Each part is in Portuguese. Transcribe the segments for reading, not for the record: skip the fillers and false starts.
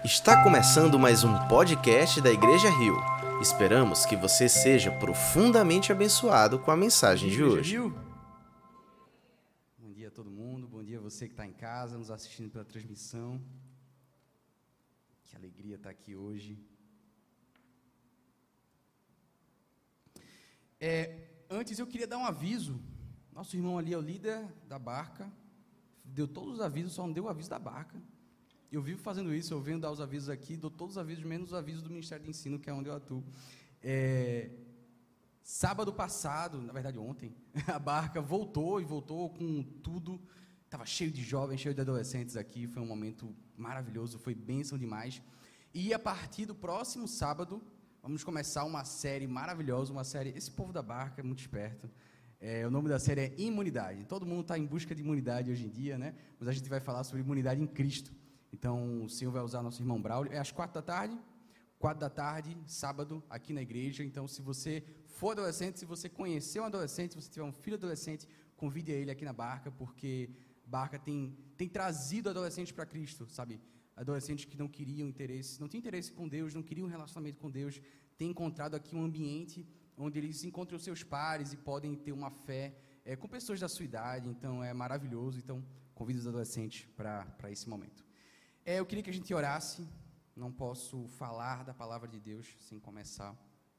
Está começando mais um podcast da Igreja Rio. Esperamos que você seja profundamente abençoado com a mensagem de hoje. Bom dia a todo mundo, bom dia a você que está em casa, nos assistindo pela transmissão. Que alegria estar aqui hoje. Antes eu queria dar um aviso. Nosso irmão ali é o líder da barca, deu todos os avisos, só não deu o aviso da barca. Eu vivo fazendo isso, eu venho dar os avisos aqui, dou todos os avisos, menos os avisos do Ministério de Ensino, que é onde eu atuo. Sábado passado, na verdade ontem, a barca voltou com tudo, estava cheio de jovens, cheio de adolescentes aqui, foi um momento maravilhoso, foi bênção demais. E a partir do próximo sábado, vamos começar uma série maravilhosa, esse povo da barca é muito esperto. O nome da série é Imunidade. Todo mundo está em busca de imunidade hoje em dia, né? Mas a gente vai falar sobre imunidade em Cristo. Então, o Senhor vai usar nosso irmão Braulio. É às 4 da tarde, sábado, aqui na igreja. Então, se você for adolescente, se você conhecer um adolescente, se você tiver um filho adolescente, convide ele aqui na barca, porque barca tem trazido adolescentes para Cristo, sabe? Adolescentes que não tinham interesse com Deus, não queriam um relacionamento com Deus, têm encontrado aqui um ambiente onde eles encontram os seus pares e podem ter uma fé com pessoas da sua idade. Então, é maravilhoso. Então, convido os adolescentes para esse momento. Eu queria que a gente orasse. Não posso falar da palavra de Deus sem começar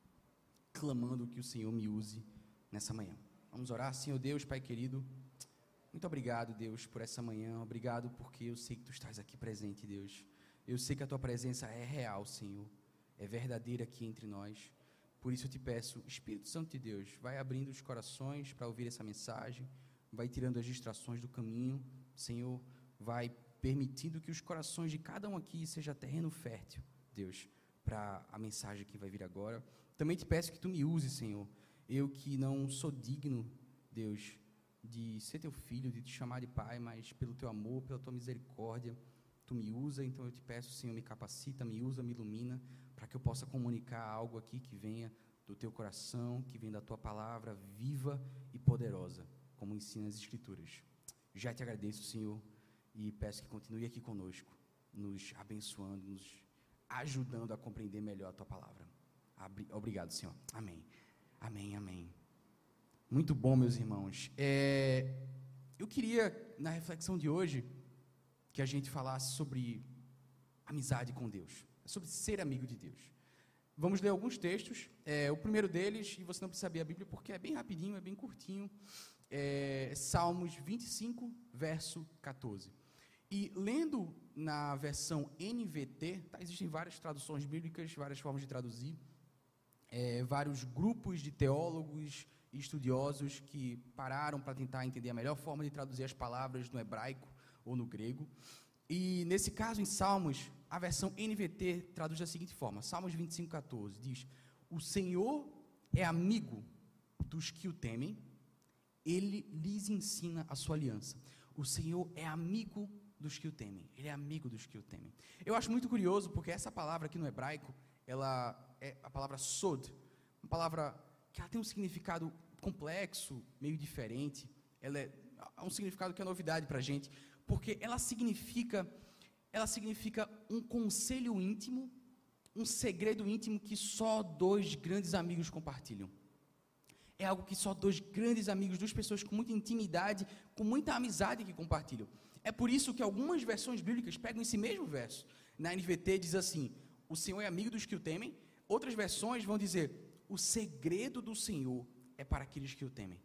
clamando que o Senhor me use nessa manhã. Vamos orar. Senhor Deus, Pai querido, muito obrigado, Deus, por essa manhã. Obrigado porque eu sei que Tu estás aqui presente, Deus. Eu sei que a Tua presença é real, Senhor, é verdadeira aqui entre nós. Por isso eu te peço, Espírito Santo de Deus, vai abrindo os corações para ouvir essa mensagem, vai tirando as distrações do caminho, Senhor, vai permitindo que os corações de cada um aqui seja terreno fértil, Deus, para a mensagem que vai vir agora. Também te peço que Tu me uses, Senhor, eu que não sou digno, Deus, de ser Teu filho, de Te chamar de Pai, mas pelo Teu amor, pela Tua misericórdia, Tu me usa. Então eu te peço, Senhor, me capacita, me usa, me ilumina, para que eu possa comunicar algo aqui que venha do Teu coração, que venha da Tua palavra viva e poderosa, como ensina as Escrituras. Já te agradeço, Senhor, e peço que continue aqui conosco, nos abençoando, nos ajudando a compreender melhor a Tua palavra. Obrigado, Senhor. Amém. Amém, amém. Muito bom, meus irmãos. Eu queria, na reflexão de hoje, que a gente falasse sobre amizade com Deus, sobre ser amigo de Deus. Vamos ler alguns textos. O primeiro deles, e você não precisa saber a Bíblia, porque é bem rapidinho, é bem curtinho, Salmos 25, verso 14. E lendo na versão NVT, existem várias traduções bíblicas, várias formas de traduzir, vários grupos de teólogos e estudiosos que pararam para tentar entender a melhor forma de traduzir as palavras no hebraico ou no grego. E nesse caso, em Salmos, a versão NVT traduz da seguinte forma: Salmos 25, 14, diz: o Senhor é amigo dos que o temem, Ele lhes ensina a sua aliança. O Senhor é amigo dos que o temem, Ele é amigo dos que o temem. Eu acho muito curioso, porque essa palavra aqui no hebraico, ela é a palavra sod, uma palavra que ela tem um significado complexo, meio diferente. Ela é um significado que é novidade para a gente, porque ela significa um conselho íntimo, um segredo íntimo que só dois grandes amigos compartilham. É algo que só dois grandes amigos, duas pessoas com muita intimidade, com muita amizade que compartilham. É por isso que algumas versões bíblicas pegam esse mesmo verso. Na NVT diz assim: o Senhor é amigo dos que o temem. Outras versões vão dizer: o segredo do Senhor é para aqueles que o temem.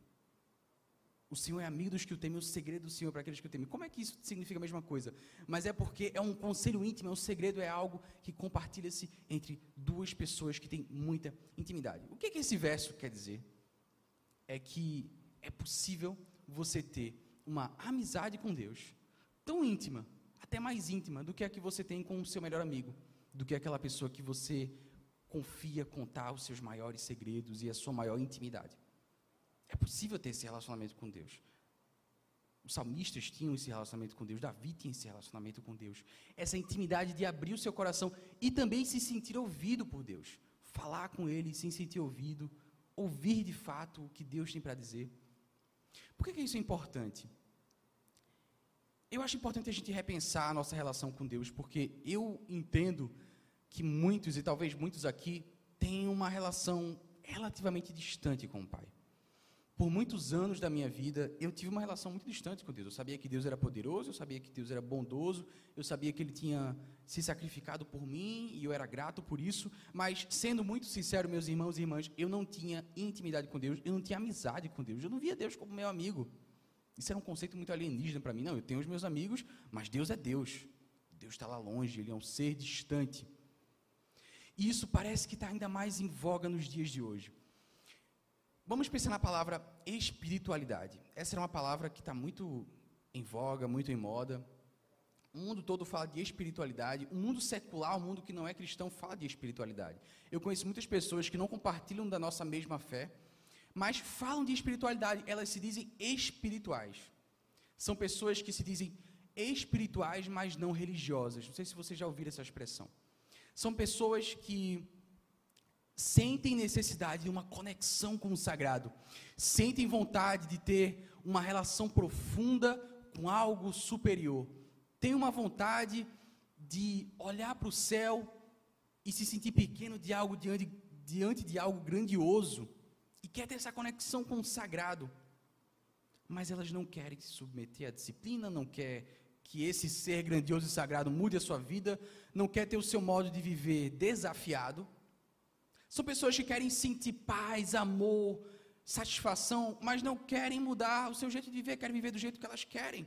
O Senhor é amigo dos que o temem, o segredo do Senhor é para aqueles que o temem. Como é que isso significa a mesma coisa? Mas é porque é um conselho íntimo, é um segredo, é algo que compartilha-se entre duas pessoas que têm muita intimidade. O que esse verso quer dizer? É que é possível você ter uma amizade com Deus tão íntima, até mais íntima, do que a que você tem com o seu melhor amigo, do que aquela pessoa que você confia contar os seus maiores segredos e a sua maior intimidade. É possível ter esse relacionamento com Deus. Os salmistas tinham esse relacionamento com Deus, Davi tinha esse relacionamento com Deus, essa intimidade de abrir o seu coração e também se sentir ouvido por Deus, falar com Ele, se sentir ouvido, ouvir de fato o que Deus tem para dizer. Por que isso é importante? eu acho importante a gente repensar a nossa relação com Deus, porque eu entendo que muitos, e talvez muitos aqui, têm uma relação relativamente distante com o Pai. Por muitos anos da minha vida, eu tive uma relação muito distante com Deus. Eu sabia que Deus era poderoso, eu sabia que Deus era bondoso, eu sabia que Ele tinha se sacrificado por mim, e eu era grato por isso, mas, sendo muito sincero, meus irmãos e irmãs, eu não tinha intimidade com Deus, eu não tinha amizade com Deus, eu não via Deus como meu amigo. Isso era um conceito muito alienígena para mim. Não, eu tenho os meus amigos, mas Deus é Deus. Deus está lá longe, Ele é um ser distante. E isso parece que está ainda mais em voga nos dias de hoje. Vamos pensar na palavra espiritualidade. Essa era uma palavra que está muito em voga, muito em moda. O mundo todo fala de espiritualidade. O mundo secular, o mundo que não é cristão, fala de espiritualidade. Eu conheço muitas pessoas que não compartilham da nossa mesma fé, mas falam de espiritualidade. Elas se dizem espirituais. São pessoas que se dizem espirituais, mas não religiosas. Não sei se vocês já ouviram essa expressão. São pessoas que sentem necessidade de uma conexão com o sagrado, sentem vontade de ter uma relação profunda com algo superior, têm uma vontade de olhar para o céu e se sentir pequeno de algo diante de algo grandioso, e quer ter essa conexão com o sagrado, mas elas não querem se submeter à disciplina, não quer que esse ser grandioso e sagrado mude a sua vida, não quer ter o seu modo de viver desafiado. São pessoas que querem sentir paz, amor, satisfação, mas não querem mudar o seu jeito de viver, querem viver do jeito que elas querem.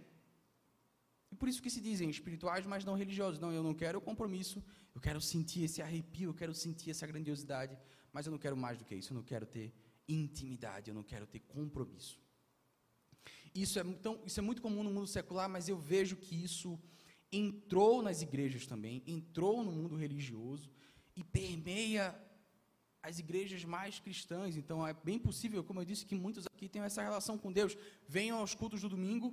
E por isso que se dizem espirituais, mas não religiosos. Não, eu não quero o compromisso, eu quero sentir esse arrepio, eu quero sentir essa grandiosidade, mas eu não quero mais do que isso, eu não quero ter intimidade, eu não quero ter compromisso. Isso é muito comum no mundo secular, mas eu vejo que isso entrou nas igrejas também, entrou no mundo religioso e permeia as igrejas mais cristãs. Então é bem possível, como eu disse, que muitos aqui tenham essa relação com Deus. Venham aos cultos do domingo,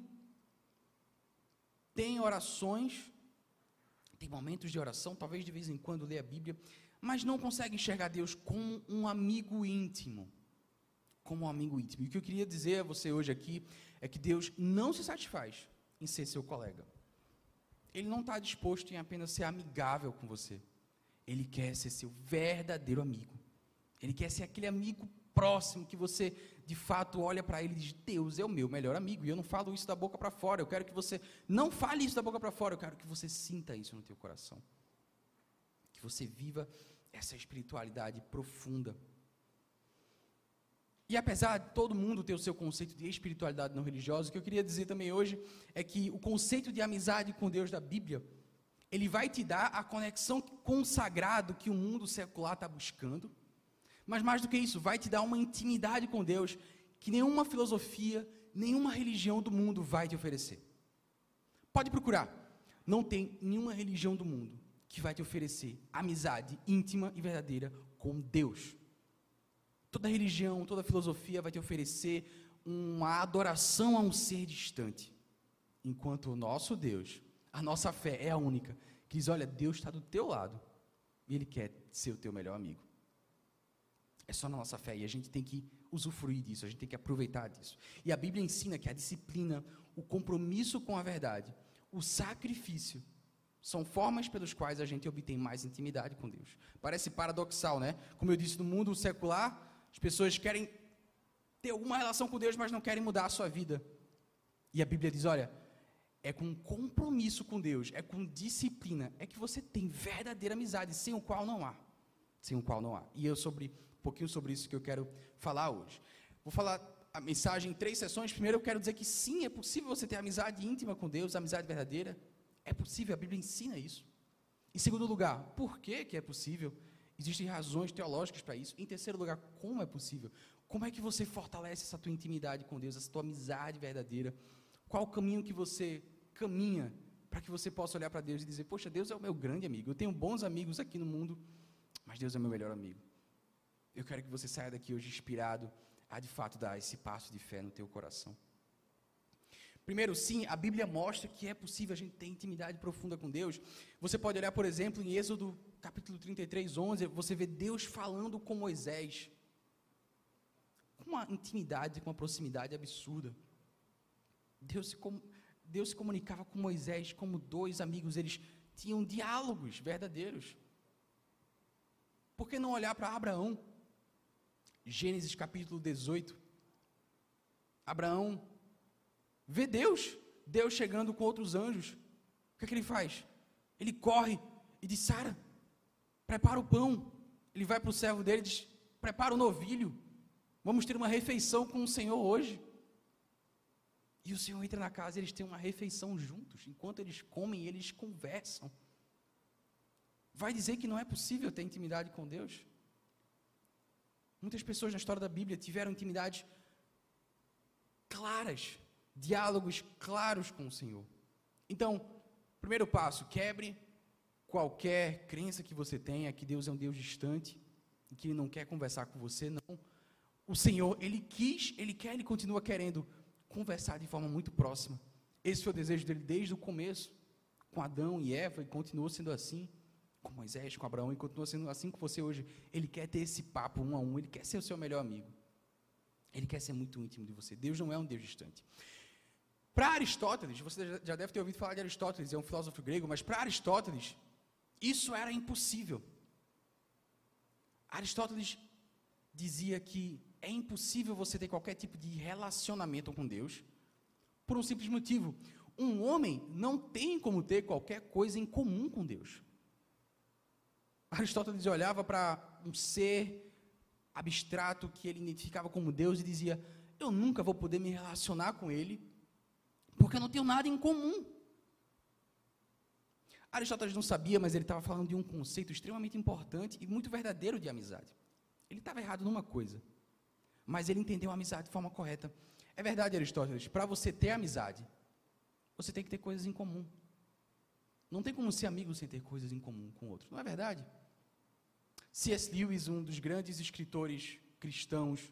tem orações, tem momentos de oração, talvez de vez em quando lê a Bíblia, mas não conseguem enxergar Deus como um amigo íntimo. Como um amigo íntimo. E o que eu queria dizer a você hoje aqui é que Deus não se satisfaz em ser seu colega. Ele não está disposto em apenas ser amigável com você. Ele quer ser seu verdadeiro amigo. Ele quer ser aquele amigo próximo que você, de fato, olha para ele e diz: Deus é o meu melhor amigo. E eu não falo isso da boca para fora. Eu quero que você não fale isso da boca para fora. Eu quero que você sinta isso no teu coração. Que você viva essa espiritualidade profunda. E apesar de todo mundo ter o seu conceito de espiritualidade não religiosa, o que eu queria dizer também hoje é que o conceito de amizade com Deus da Bíblia, ele vai te dar a conexão com o sagrado que o mundo secular está buscando, mas mais do que isso, vai te dar uma intimidade com Deus que nenhuma filosofia, nenhuma religião do mundo vai te oferecer. Pode procurar, não tem nenhuma religião do mundo que vai te oferecer amizade íntima e verdadeira com Deus. Toda religião, toda filosofia vai te oferecer uma adoração a um ser distante. Enquanto o nosso Deus, a nossa fé é a única, que diz: olha, Deus está do teu lado e Ele quer ser o teu melhor amigo. É só na nossa fé e a gente tem que usufruir disso, a gente tem que aproveitar disso. E a Bíblia ensina que a disciplina, o compromisso com a verdade, o sacrifício, são formas pelas quais a gente obtém mais intimidade com Deus. Parece paradoxal, né? Como eu disse, no mundo secular, as pessoas querem ter alguma relação com Deus, mas não querem mudar a sua vida. E a Bíblia diz: olha, é com compromisso com Deus, é com disciplina, é que você tem verdadeira amizade, sem o qual não há. Sem o qual não há. E um pouquinho sobre isso que eu quero falar hoje. Vou falar a mensagem em 3 sessões. Primeiro eu quero dizer que sim, é possível você ter amizade íntima com Deus, amizade verdadeira. É possível, a Bíblia ensina isso. Em segundo lugar, por que é possível? Existem razões teológicas para isso. Em terceiro lugar, como é possível? Como é que você fortalece essa tua intimidade com Deus, essa tua amizade verdadeira? Qual o caminho que você caminha para que você possa olhar para Deus e dizer: poxa, Deus é o meu grande amigo. Eu tenho bons amigos aqui no mundo, mas Deus é o meu melhor amigo. Eu quero que você saia daqui hoje inspirado a, de fato, dar esse passo de fé no teu coração. Primeiro, sim, a Bíblia mostra que é possível a gente ter intimidade profunda com Deus. Você pode olhar, por exemplo, em Êxodo, capítulo 33, 11, você vê Deus falando com Moisés, com uma intimidade, com uma proximidade absurda. Deus se comunicava com Moisés como dois amigos, eles tinham diálogos verdadeiros. Por que não olhar para Abraão? Gênesis capítulo 18. Abraão vê Deus chegando com outros anjos. O que é que ele faz? Ele corre e diz: Sara, prepara o pão. Ele vai para o servo dele e diz: prepara o novilho. Vamos ter uma refeição com o Senhor hoje. E o Senhor entra na casa e eles têm uma refeição juntos. Enquanto eles comem, eles conversam. Vai dizer que não é possível ter intimidade com Deus? Muitas pessoas na história da Bíblia tiveram intimidades claras, diálogos claros com o Senhor. Então, primeiro passo, quebre qualquer crença que você tenha, que Deus é um Deus distante, e que Ele não quer conversar com você, não. O Senhor, Ele quer, Ele continua querendo conversar de forma muito próxima. Esse foi o desejo dele desde o começo, com Adão e Eva, e continuou sendo assim, com Moisés, com Abraão, e continua sendo assim com você hoje. Ele quer ter esse papo um a um, Ele quer ser o seu melhor amigo. Ele quer ser muito íntimo de você. Deus não é um Deus distante. Para Aristóteles, você já deve ter ouvido falar de Aristóteles, é um filósofo grego, mas para Aristóteles, isso era impossível. Aristóteles dizia que é impossível você ter qualquer tipo de relacionamento com Deus, por um simples motivo: um homem não tem como ter qualquer coisa em comum com Deus. Aristóteles olhava para um ser abstrato que ele identificava como Deus e dizia: eu nunca vou poder me relacionar com Ele, porque eu não tenho nada em comum. Aristóteles não sabia, mas ele estava falando de um conceito extremamente importante e muito verdadeiro de amizade. Ele estava errado numa coisa, mas ele entendeu a amizade de forma correta. É verdade, Aristóteles, para você ter amizade, você tem que ter coisas em comum. Não tem como ser amigo sem ter coisas em comum com o outro, não é verdade? C.S. Lewis, um dos grandes escritores cristãos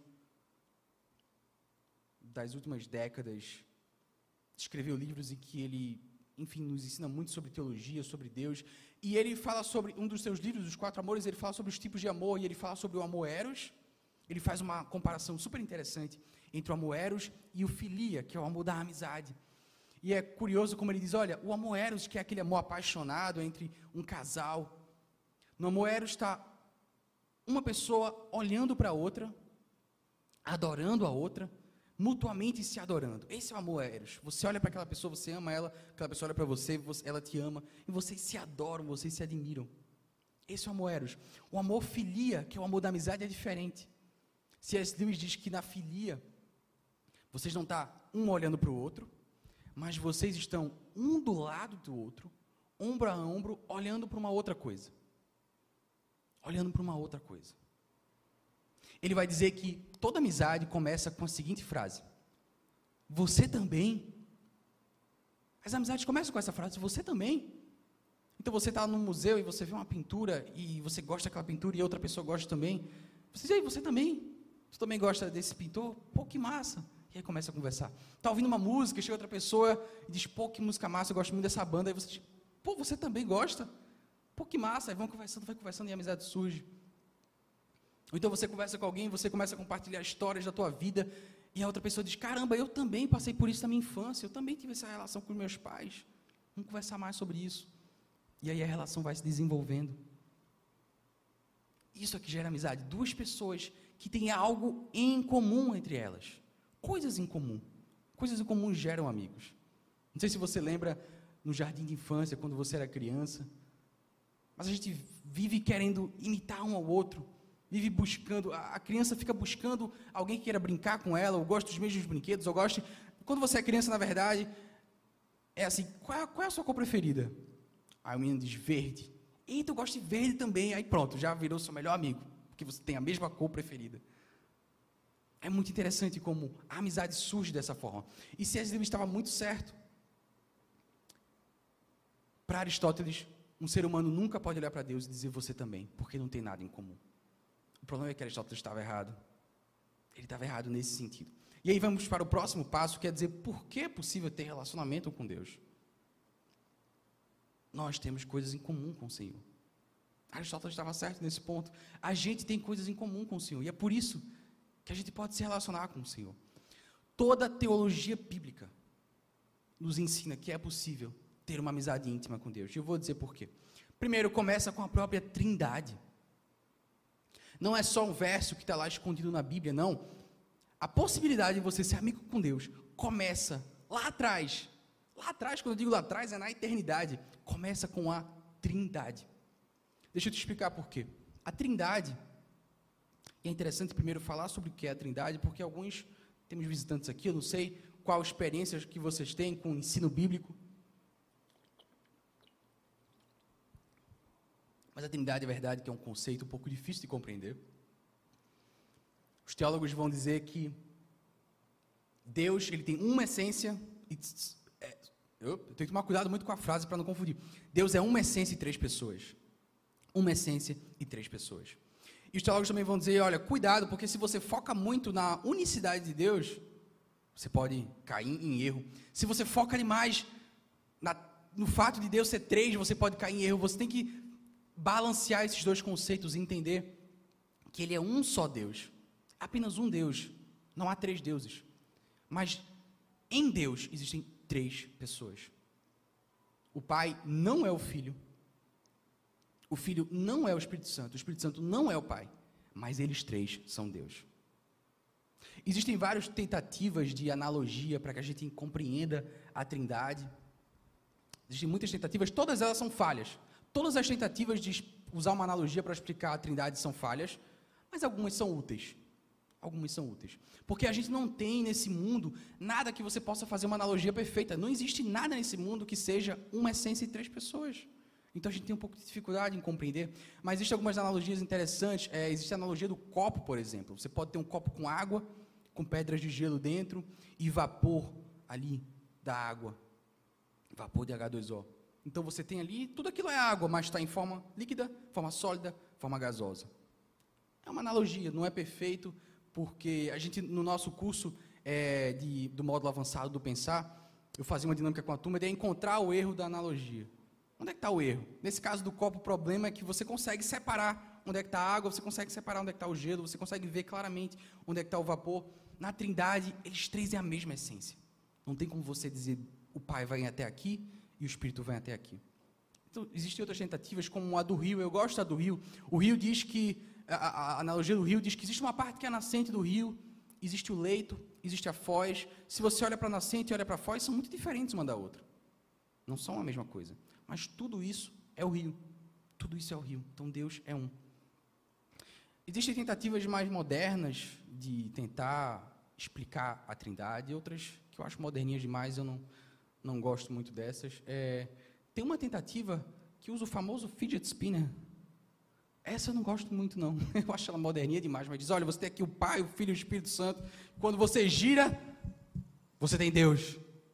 das últimas décadas, escreveu livros em que ele, enfim, nos ensina muito sobre teologia, sobre Deus, e ele fala sobre, um dos seus livros, Os Quatro Amores, ele fala sobre os tipos de amor, e ele fala sobre o amor eros. Ele faz uma comparação super interessante entre o amor eros e o filia, que é o amor da amizade. E é curioso como ele diz: olha, o amor eros, que é aquele amor apaixonado entre um casal, no amor eros está uma pessoa olhando para a outra, adorando a outra, mutuamente se adorando. Esse é o amor eros. Você olha para aquela pessoa, você ama ela, aquela pessoa olha para você, ela te ama, e vocês se adoram, vocês se admiram. Esse é o amor eros. O amor filia, que é o amor da amizade, é diferente. C.S. Lewis diz que na filia, vocês não estão um olhando para o outro, mas vocês estão um do lado do outro, ombro a ombro, olhando para uma outra coisa. Olhando para uma outra coisa. Ele vai dizer que toda amizade começa com a seguinte frase: você também? As amizades começam com essa frase: você também? Então você está num museu e você vê uma pintura e você gosta daquela pintura e outra pessoa gosta também. Você diz: aí, você também? Você também gosta desse pintor? Pô, que massa! E aí começa a conversar. Está ouvindo uma música, chega outra pessoa e diz: pô, que música massa, eu gosto muito dessa banda. Aí você diz: pô, você também gosta? Pô, que massa! Aí vão conversando, vai conversando e a amizade surge. Ou então você conversa com alguém, você começa a compartilhar histórias da tua vida e a outra pessoa diz: caramba, eu também passei por isso na minha infância, eu também tive essa relação com os meus pais. Vamos conversar mais sobre isso. E aí a relação vai se desenvolvendo. Isso é que gera amizade. Duas pessoas que têm algo em comum entre elas. Coisas em comum. Coisas em comum geram amigos. Não sei se você lembra no jardim de infância, quando você era criança, mas a gente vive querendo imitar um ao outro, vive buscando, a criança fica buscando alguém que queira brincar com ela, ou gosta dos mesmos brinquedos, ou gosta... Quando você é criança, na verdade, é assim: qual é a sua cor preferida? Aí o menino diz: verde. Eita, eu gosto de verde também. Aí pronto, já virou seu melhor amigo, porque você tem a mesma cor preferida. É muito interessante como a amizade surge dessa forma. E C.S. Lewis estava muito certo. Para Aristóteles, um ser humano nunca pode olhar para Deus e dizer: você também, porque não tem nada em comum. O problema é que Aristóteles estava errado. Ele estava errado nesse sentido. E aí vamos para o próximo passo, que é dizer por que é possível ter relacionamento com Deus. Nós temos coisas em comum com o Senhor. Aristóteles estava certo nesse ponto. A gente tem coisas em comum com o Senhor. E é por isso que a gente pode se relacionar com o Senhor. Toda a teologia bíblica, nos ensina que é possível ter uma amizade íntima com Deus. E eu vou dizer por quê. Primeiro, começa com a própria Trindade. Não é só um verso que está lá escondido na Bíblia, não. A possibilidade de você ser amigo com Deus começa lá atrás. Lá atrás, quando eu digo lá atrás, é na eternidade. Começa com a Trindade. Deixa eu te explicar por quê. A Trindade, e é interessante primeiro falar sobre o que é a Trindade, porque temos visitantes aqui, eu não sei qual experiência que vocês têm com o ensino bíblico. Mas a Trindade é verdade que é um conceito um pouco difícil de compreender. Os teólogos vão dizer que Deus, ele tem uma essência, eu tenho que tomar cuidado muito com a frase para não confundir. Deus é uma essência e três pessoas. Uma essência e três pessoas. E os teólogos também vão dizer, olha, cuidado, porque se você foca muito na unicidade de Deus, você pode cair em erro. Se você foca demais no fato de Deus ser três, você pode cair em erro. Você tem que balancear esses dois conceitos e entender que ele é um só Deus. Apenas um Deus. Não há três deuses. Mas em Deus existem três pessoas. O Pai não é o Filho. O Filho não é o Espírito Santo não é o Pai. Mas eles três são Deus. Existem várias tentativas de analogia para que a gente compreenda a Trindade. Existem muitas tentativas, todas elas são falhas. Todas as tentativas de usar uma analogia para explicar a Trindade são falhas, mas algumas são úteis. Algumas são úteis. Porque a gente não tem nesse mundo nada que você possa fazer uma analogia perfeita. Não existe nada nesse mundo que seja uma essência e três pessoas. Então a gente tem um pouco de dificuldade em compreender. Mas existem algumas analogias interessantes. Existe a analogia do copo, por exemplo. Você pode ter um copo com água, com pedras de gelo dentro e vapor ali da água. Vapor de H2O. Então você tem ali, tudo aquilo é água, mas está em forma líquida, forma sólida, forma gasosa. É uma analogia, não é perfeito, porque a gente, no nosso curso do módulo avançado do Pensar, eu fazia uma dinâmica com a turma de encontrar o erro da analogia. Onde é que está o erro? Nesse caso do copo, o problema é que você consegue separar onde é que está a água, você consegue separar onde é que está o gelo, você consegue ver claramente onde é que está o vapor. Na Trindade, eles três é a mesma essência. Não tem como você dizer, o Pai vai até aqui e o Espírito vai até aqui. Então, existem outras tentativas, como a do rio. Eu gosto da do rio. O rio diz que, a analogia do rio diz que existe uma parte que é a nascente do rio, existe o leito, existe a foz. Se você olha para a nascente e olha para a foz, são muito diferentes uma da outra. Não são a mesma coisa. Mas tudo isso é o rio. Tudo isso é o rio. Então, Deus é um. Existem tentativas mais modernas de tentar explicar a Trindade, outras que eu acho moderninhas demais, eu não gosto muito dessas. Tem uma tentativa que usa o famoso fidget spinner. Essa eu não gosto muito, não. Eu acho ela moderninha demais, mas diz, olha, você tem aqui o Pai, o Filho e o Espírito Santo. Quando você gira, você tem Deus.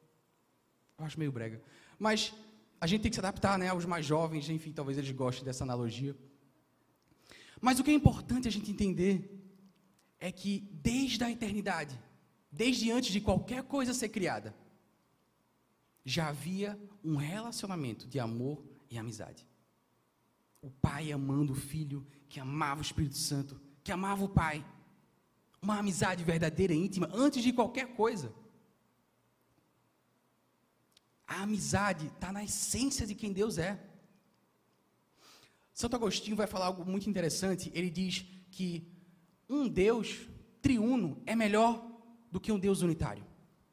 Eu acho meio brega. Mas a gente tem que se adaptar, né, aos mais jovens, enfim, talvez eles gostem dessa analogia. Mas o que é importante a gente entender é que desde a eternidade, desde antes de qualquer coisa ser criada, já havia um relacionamento de amor e amizade. O Pai amando o Filho, que amava o Espírito Santo, que amava o Pai. Uma amizade verdadeira e íntima, antes de qualquer coisa. A amizade está na essência de quem Deus é. Santo Agostinho vai falar algo muito interessante. Ele diz que um Deus triuno é melhor do que um Deus unitário.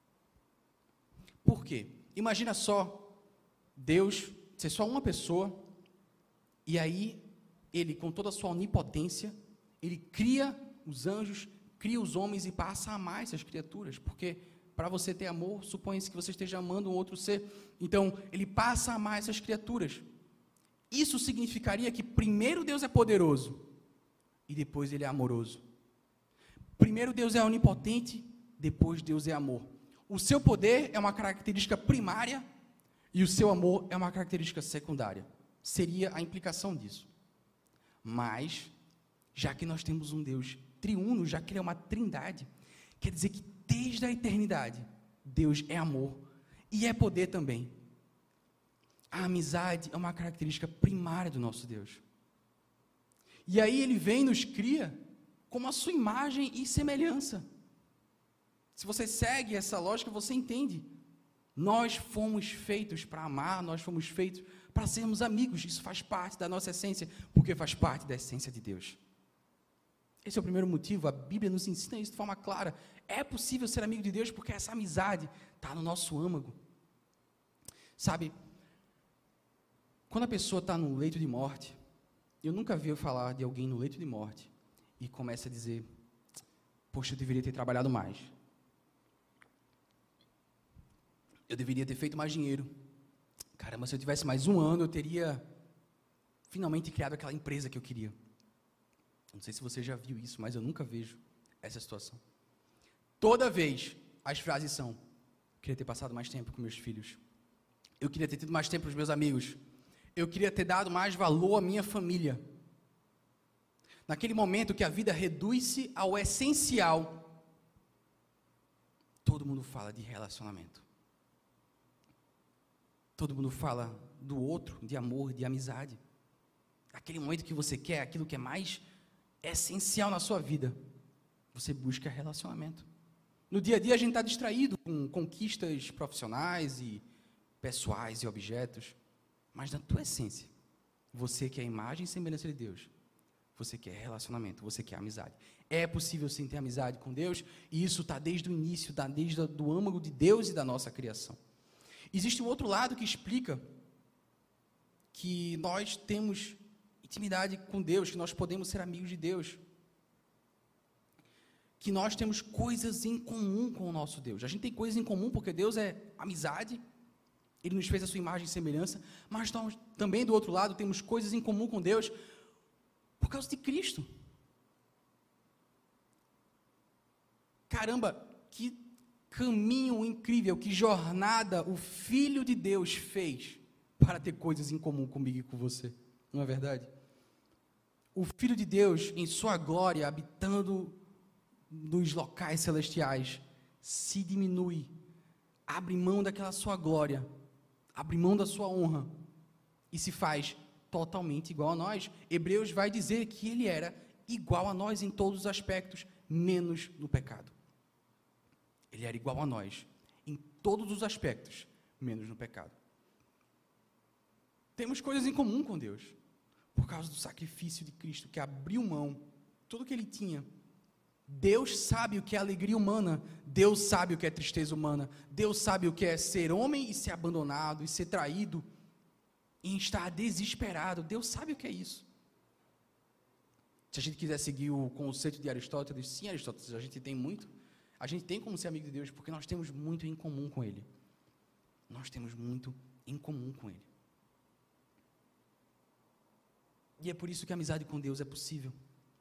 Por quê? Imagina só, Deus ser só uma pessoa, e aí, ele, com toda a sua onipotência, ele cria os anjos, cria os homens e passa a amar essas criaturas, porque para você ter amor, supõe-se que você esteja amando um outro ser. Então, ele passa a amar essas criaturas. Isso significaria que primeiro Deus é poderoso, e depois ele é amoroso. Primeiro Deus é onipotente, depois Deus é amor. O seu poder é uma característica primária e o seu amor é uma característica secundária. Seria a implicação disso. Mas, já que nós temos um Deus triuno, já que ele é uma trindade, quer dizer que desde a eternidade, Deus é amor e é poder também. A amizade é uma característica primária do nosso Deus. E aí ele vem e nos cria como a sua imagem e semelhança. Se você segue essa lógica, você entende Nós fomos feitos para amar, nós fomos feitos para sermos amigos. Isso faz parte da nossa essência, porque faz parte da essência de Deus. Esse é o primeiro motivo, a Bíblia nos ensina isso de forma clara. É possível ser amigo de Deus porque essa amizade está no nosso âmago. Sabe, quando a pessoa está no leito de morte, eu nunca vi falar de alguém no leito de morte e começa a dizer, poxa, eu deveria ter trabalhado mais. Eu deveria ter feito mais dinheiro. Caramba, se eu tivesse mais um ano, eu teria finalmente criado aquela empresa que eu queria. Não sei se você já viu isso, mas eu nunca vejo essa situação. Toda vez, as frases são, eu queria ter passado mais tempo com meus filhos. Eu queria ter tido mais tempo com os meus amigos. Eu queria ter dado mais valor à minha família. Naquele momento que a vida reduz-se ao essencial, todo mundo fala de relacionamento. Todo mundo fala do outro, de amor, de amizade. Aquele momento que você quer, aquilo que é mais essencial na sua vida, você busca relacionamento. No dia a dia a gente está distraído com conquistas profissionais e pessoais e objetos, mas na tua essência, você quer a imagem e semelhança de Deus, você quer relacionamento, você quer amizade. É possível sim ter amizade com Deus, e isso está desde o início, está desde o âmago de Deus e da nossa criação. Existe um outro lado que explica que nós temos intimidade com Deus, que nós podemos ser amigos de Deus, que nós temos coisas em comum com o nosso Deus. A gente tem coisas em comum porque Deus é amizade, Ele nos fez a sua imagem e semelhança, mas nós também do outro lado temos coisas em comum com Deus por causa de Cristo. Caramba, que caminho incrível, que jornada o Filho de Deus fez para ter coisas em comum comigo e com você, não é verdade? O Filho de Deus, em sua glória, habitando nos locais celestiais, se diminui, abre mão daquela sua glória, abre mão da sua honra e se faz totalmente igual a nós. Hebreus vai dizer que ele era igual a nós em todos os aspectos, menos no pecado. Ele era igual a nós em todos os aspectos, menos no pecado. Temos coisas em comum com Deus, por causa do sacrifício de Cristo, que abriu mão, tudo que ele tinha. Deus sabe o que é alegria humana, Deus sabe o que é tristeza humana, Deus sabe o que é ser homem e ser abandonado, e ser traído, e estar desesperado, Deus sabe o que é isso. Se a gente quiser seguir o conceito de Aristóteles, sim, Aristóteles, a gente tem como ser amigo de Deus, porque nós temos muito em comum com Ele. Nós temos muito em comum com Ele. E é por isso que a amizade com Deus é possível.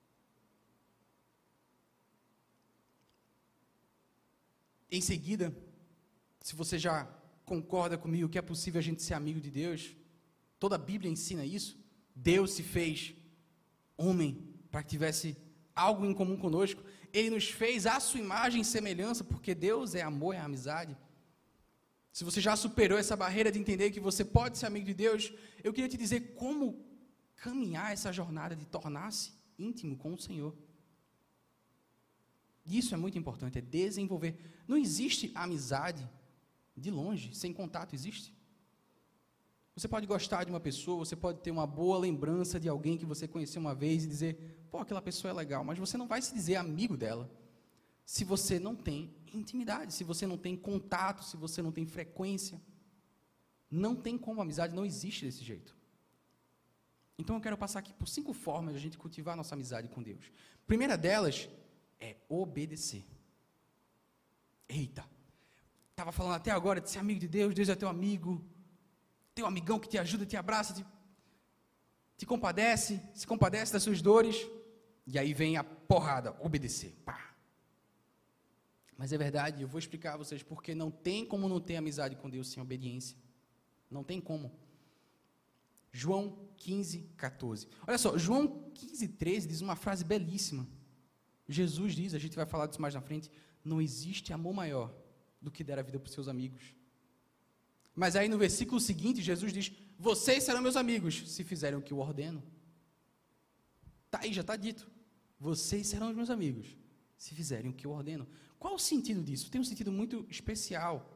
Em seguida, se você já concorda comigo que é possível a gente ser amigo de Deus, toda a Bíblia ensina isso. Deus se fez homem para que tivesse algo em comum conosco. Ele nos fez à sua imagem e semelhança, porque Deus é amor, é amizade. Se você já superou essa barreira de entender que você pode ser amigo de Deus, eu queria te dizer como caminhar essa jornada de tornar-se íntimo com o Senhor. Isso é muito importante, é desenvolver. Não existe amizade de longe, sem contato, existe? Você pode gostar de uma pessoa, você pode ter uma boa lembrança de alguém que você conheceu uma vez e dizer, pô, aquela pessoa é legal, mas você não vai se dizer amigo dela se você não tem intimidade, se você não tem contato, se você não tem frequência. Não tem como, a amizade não existe desse jeito. Então eu quero passar aqui por 5 formas de a gente cultivar a nossa amizade com Deus. A primeira delas é obedecer. Eita, estava falando até agora de ser amigo de Deus, Deus é teu amigo, teu amigão que te ajuda, te abraça, te compadece, se compadece das suas dores, e aí vem a porrada, obedecer, pá. Mas é verdade, eu vou explicar a vocês porque não tem como não ter amizade com Deus sem obediência. Não tem como. João 15, 14. Olha só, João 15, 13 diz uma frase belíssima. Jesus diz, a gente vai falar disso mais na frente, não existe amor maior do que dar a vida para os seus amigos. Mas aí no versículo seguinte, Jesus diz, vocês serão meus amigos, se fizerem o que eu ordeno. Tá aí, já está dito. Vocês serão os meus amigos, se fizerem o que eu ordeno. Qual o sentido disso? Tem um sentido muito especial.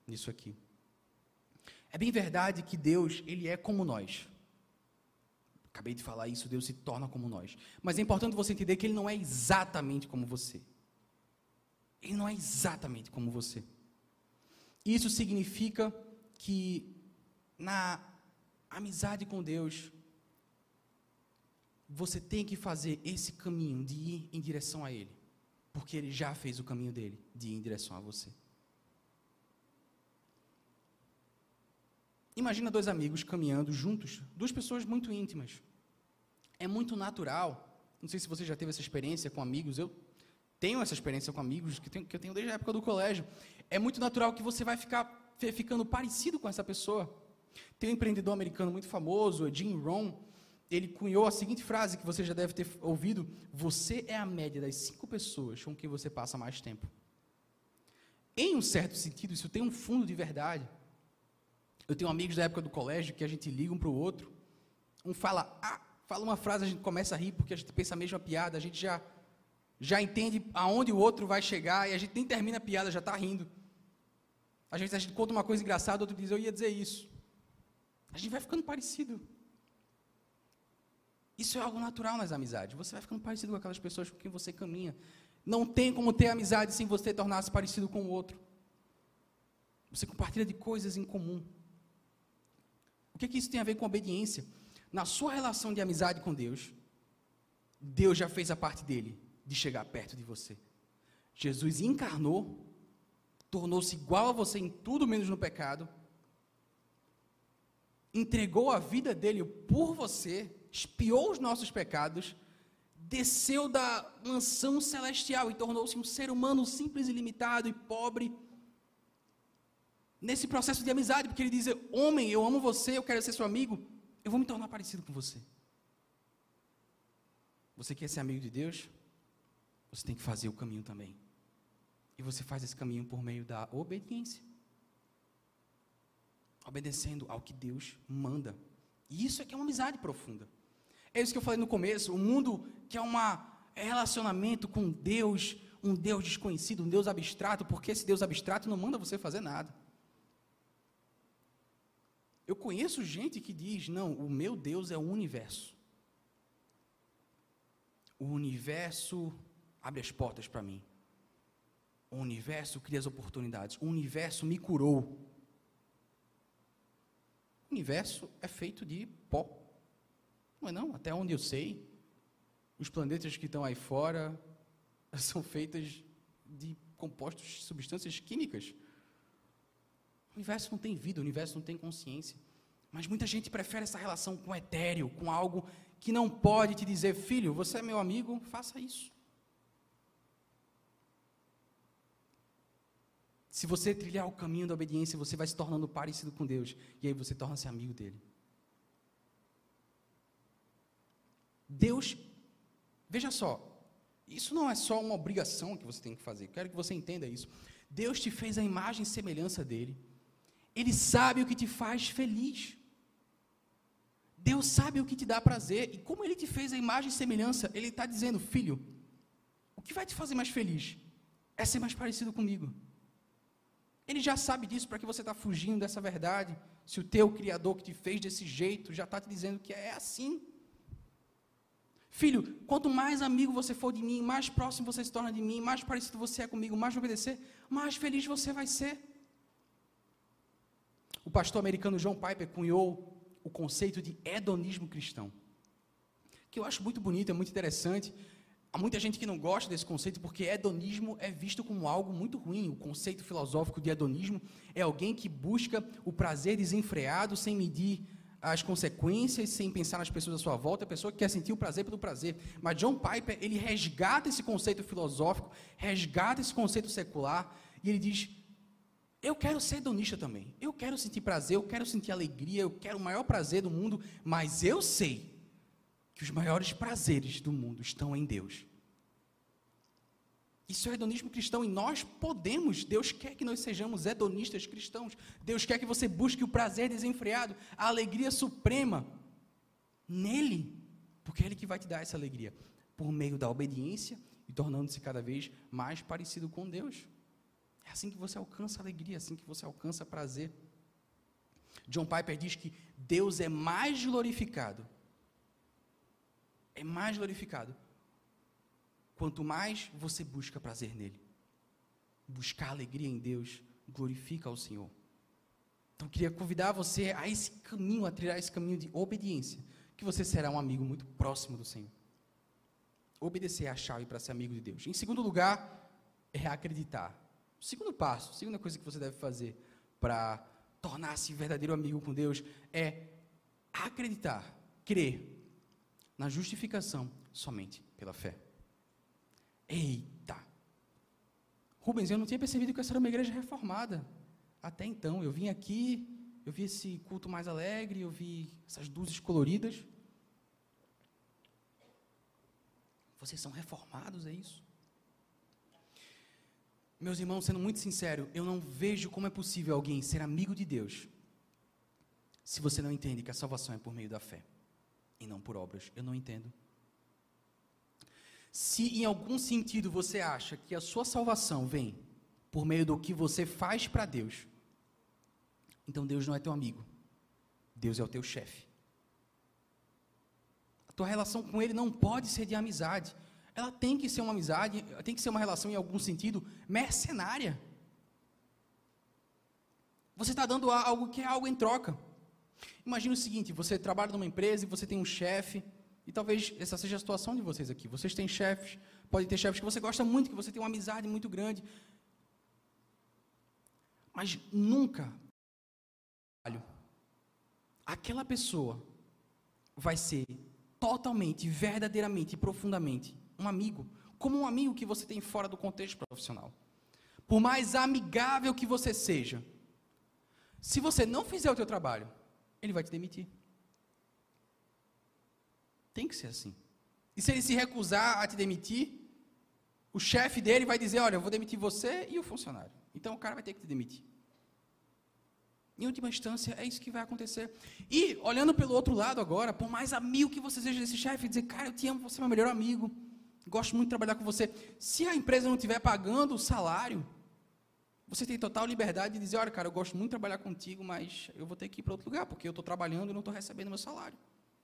nisso aqui. É bem verdade que Deus, ele é como nós. Acabei de falar isso, Deus se torna como nós. Mas é importante você entender que ele não é exatamente como você. Ele não é exatamente como você. Isso significa que na amizade com Deus, você tem que fazer esse caminho de ir em direção a Ele. Porque Ele já fez o caminho dele, de ir em direção a você. Imagina dois amigos caminhando juntos, duas pessoas muito íntimas. É muito natural, não sei se você já teve essa experiência com amigos, eu tenho essa experiência com amigos, que eu tenho desde a época do colégio. É muito natural que você vai ficando parecido com essa pessoa. Tem um empreendedor americano muito famoso, Jim Rohn, ele cunhou a seguinte frase, que você já deve ter ouvido: você é a média das 5 pessoas com quem você passa mais tempo. Em um certo sentido, isso tem um fundo de verdade. Eu tenho amigos da época do colégio que a gente liga um para o outro, um fala uma frase, a gente começa a rir porque a gente pensa a mesma piada, a gente já entende aonde o outro vai chegar e a gente nem termina a piada, já está rindo. Às vezes a gente conta uma coisa engraçada, o outro diz, eu ia dizer isso. A gente vai ficando parecido. Isso é algo natural nas amizades. Você vai ficando parecido com aquelas pessoas com quem você caminha. Não tem como ter amizade sem você tornar-se parecido com o outro. Você compartilha de coisas em comum. O que isso tem a ver com obediência? Na sua relação de amizade com Deus, Deus já fez a parte dele, de chegar perto de você. Jesus encarnou, tornou-se igual a você em tudo menos no pecado, entregou a vida dele por você, expiou os nossos pecados, desceu da mansão celestial e tornou-se um ser humano simples e limitado e pobre, nesse processo de amizade, porque ele diz, homem, eu amo você, eu quero ser seu amigo, eu vou me tornar parecido com você. Você quer ser amigo de Deus? Você tem que fazer o caminho também. E você faz esse caminho por meio da obediência. Obedecendo ao que Deus manda. E isso é que é uma amizade profunda. É isso que eu falei no começo, o mundo que é um relacionamento com Deus, um Deus desconhecido, um Deus abstrato, porque esse Deus abstrato não manda você fazer nada. Eu conheço gente que diz, não, o meu Deus é o universo. O universo abre as portas para mim. O universo cria as oportunidades. O universo me curou. O universo é feito de pó. Não é não? Até onde eu sei, os planetas que estão aí fora são feitos de compostos de substâncias químicas. O universo não tem vida, o universo não tem consciência. Mas muita gente prefere essa relação com o etéreo, com algo que não pode te dizer, filho, você é meu amigo, faça isso. Se você trilhar o caminho da obediência, você vai se tornando parecido com Deus. E aí você torna-se amigo dele. Deus, veja só, isso não é só uma obrigação que você tem que fazer. Quero que você entenda isso. Deus te fez a imagem e semelhança dele. Ele sabe o que te faz feliz. Deus sabe o que te dá prazer. E como Ele te fez a imagem e semelhança, Ele está dizendo, filho, o que vai te fazer mais feliz é ser mais parecido comigo. Ele já sabe disso, para que você está fugindo dessa verdade. Se o teu Criador que te fez desse jeito, já está te dizendo que é assim. Filho, quanto mais amigo você for de mim, mais próximo você se torna de mim, mais parecido você é comigo, mais me obedecer, mais feliz você vai ser. O pastor americano John Piper cunhou o conceito de hedonismo cristão, que eu acho muito bonito, é muito interessante. Há muita gente que não gosta desse conceito, porque hedonismo é visto como algo muito ruim. O conceito filosófico de hedonismo é alguém que busca o prazer desenfreado, sem medir as consequências, sem pensar nas pessoas à sua volta, a pessoa que quer sentir o prazer pelo prazer. Mas John Piper, ele resgata esse conceito filosófico, resgata esse conceito secular, e ele diz, eu quero ser hedonista também, eu quero sentir prazer, eu quero sentir alegria, eu quero o maior prazer do mundo, mas eu sei que os maiores prazeres do mundo estão em Deus. Isso é hedonismo cristão, e nós podemos, Deus quer que nós sejamos hedonistas cristãos, Deus quer que você busque o prazer desenfreado, a alegria suprema, nele, porque é Ele que vai te dar essa alegria, por meio da obediência, e tornando-se cada vez mais parecido com Deus. É É assim que você alcança alegria, é assim que você alcança prazer. John Piper diz que Deus é mais glorificado. É mais glorificado quanto mais você busca prazer nele. Buscar alegria em Deus glorifica ao Senhor. Então, eu queria convidar você a esse caminho, a trilhar esse caminho de obediência, que você será um amigo muito próximo do Senhor. Obedecer é a chave para ser amigo de Deus. Em segundo lugar, é acreditar. O segundo passo, a segunda coisa que você deve fazer para tornar-se verdadeiro amigo com Deus é acreditar, crer na justificação somente pela fé. Eita! Rubens, eu não tinha percebido que essa era uma igreja reformada. Até então, eu vim aqui, eu vi esse culto mais alegre, eu vi essas luzes coloridas. Vocês são reformados, é isso? Meus irmãos, sendo muito sincero, eu não vejo como é possível alguém ser amigo de Deus se você não entende que a salvação é por meio da fé e não por obras. Eu não entendo. Se em algum sentido você acha que a sua salvação vem por meio do que você faz para Deus, então Deus não é teu amigo. Deus é o teu chefe. A tua relação com Ele não pode ser de amizade. Ela tem que ser uma amizade, tem que ser uma relação em algum sentido mercenária. Você está dando algo que é algo em troca. Imagina o seguinte, você trabalha numa empresa e você tem um chefe, e talvez essa seja a situação de vocês aqui. Vocês têm chefes, podem ter chefes que você gosta muito, que você tem uma amizade muito grande, mas nunca aquela pessoa vai ser totalmente, verdadeiramente e profundamente um amigo, como um amigo que você tem fora do contexto profissional. Por mais amigável que você seja, se você não fizer o teu trabalho, ele vai te demitir. Tem que ser assim. E se ele se recusar a te demitir, o chefe dele vai dizer, olha, eu vou demitir você e o funcionário. Então o cara vai ter que te demitir. Em última instância, é isso que vai acontecer. E, olhando pelo outro lado agora, por mais amigo que você seja desse chefe, dizer, cara, eu te amo, você é meu melhor amigo, gosto muito de trabalhar com você. Se a empresa não estiver pagando o salário, você tem total liberdade de dizer, olha, cara, eu gosto muito de trabalhar contigo, mas eu vou ter que ir para outro lugar, porque eu estou trabalhando e não estou recebendo meu salário.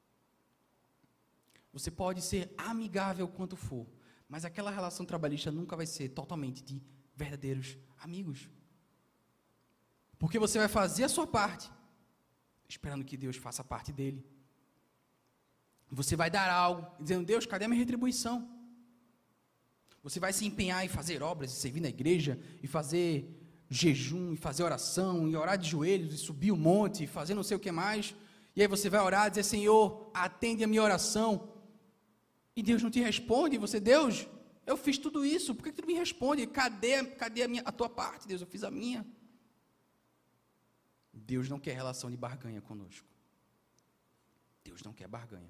Você pode ser amigável quanto for, mas aquela relação trabalhista nunca vai ser totalmente de verdadeiros amigos. Porque você vai fazer a sua parte, esperando que Deus faça a parte dele. Você vai dar algo, dizendo, Deus, cadê a minha retribuição? Você vai se empenhar em fazer obras, e servir na igreja, e fazer jejum, e fazer oração, e orar de joelhos, e subir o monte, e fazer não sei o que mais. E aí você vai orar e dizer, Senhor, atende a minha oração. E Deus não te responde, e você, Deus, eu fiz tudo isso, por que tu não me responde? Cadê a tua parte, Deus? Eu fiz a minha. Deus não quer relação de barganha conosco. Deus não quer barganha.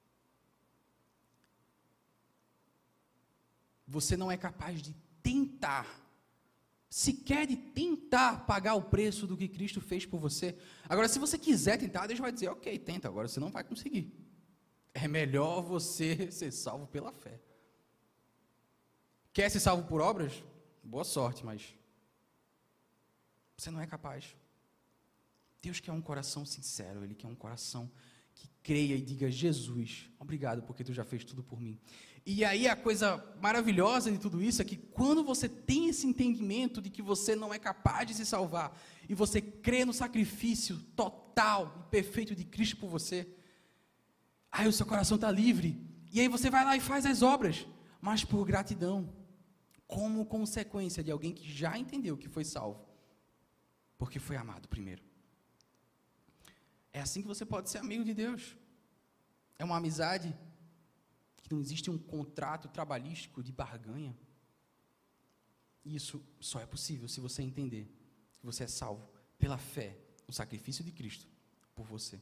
Você não é capaz de tentar, sequer de tentar pagar o preço do que Cristo fez por você. Agora, se você quiser tentar, Deus vai dizer, ok, tenta, agora você não vai conseguir. É melhor você ser salvo pela fé. Quer ser salvo por obras? Boa sorte, mas você não é capaz. Deus quer um coração sincero, Ele quer um coração que creia e diga, Jesus, obrigado porque Tu já fez tudo por mim. E aí a coisa maravilhosa de tudo isso é que quando você tem esse entendimento de que você não é capaz de se salvar, e você crê no sacrifício total e perfeito de Cristo por você, aí o seu coração está livre, e aí você vai lá e faz as obras, mas por gratidão, como consequência de alguém que já entendeu que foi salvo, porque foi amado primeiro. É assim que você pode ser amigo de Deus. É uma amizade que não existe um contrato trabalhístico de barganha. Isso só é possível se você entender que você é salvo pela fé, o sacrifício de Cristo por você.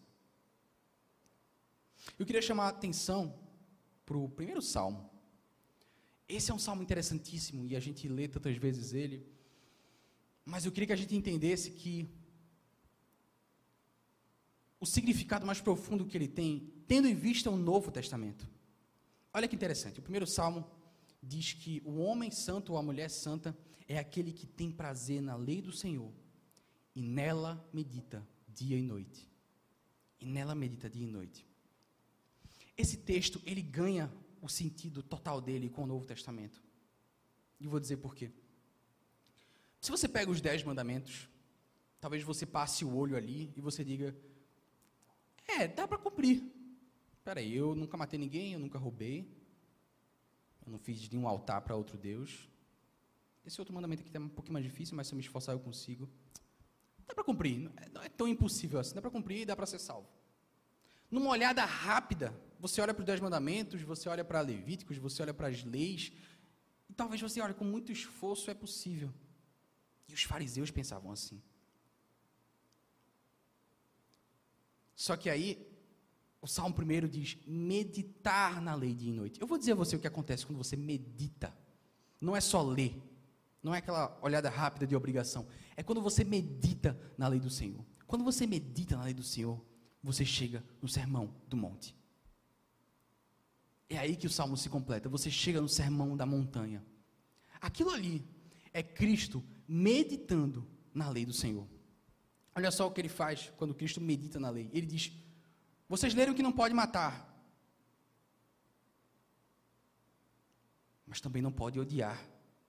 Eu queria chamar a atenção para o primeiro salmo. Esse é um salmo interessantíssimo e a gente lê tantas vezes ele, mas eu queria que a gente entendesse que o significado mais profundo que ele tem, tendo em vista o Novo Testamento. Olha que interessante, o primeiro salmo diz que o homem santo ou a mulher santa é aquele que tem prazer na lei do Senhor e nela medita dia e noite. E nela medita dia e noite. Esse texto, ele ganha o sentido total dele com o Novo Testamento. E vou dizer por quê. Se você pega os 10 mandamentos, talvez você passe o olho ali e você diga, dá para cumprir. Peraí, eu nunca matei ninguém, eu nunca roubei, eu não fiz nenhum altar para outro Deus. Esse outro mandamento aqui é um pouquinho mais difícil, mas se eu me esforçar eu consigo. Dá para cumprir, não é tão impossível assim, dá para cumprir e dá para ser salvo. Numa olhada rápida, você olha para os 10 mandamentos, você olha para Levíticos, você olha para as leis, e talvez você olhe com muito esforço, é possível. E os fariseus pensavam assim. Só que aí, o Salmo 1 diz, meditar na lei dia e noite. Eu vou dizer a você o que acontece quando você medita. Não é só ler, não é aquela olhada rápida de obrigação. É quando você medita na lei do Senhor. Quando você medita na lei do Senhor, você chega no Sermão do Monte. É aí que o Salmo se completa. Você chega no Sermão da Montanha. Aquilo ali é Cristo meditando na lei do Senhor. Olha só o que ele faz quando Cristo medita na lei. Ele diz, vocês leram que não pode matar, mas também não pode odiar.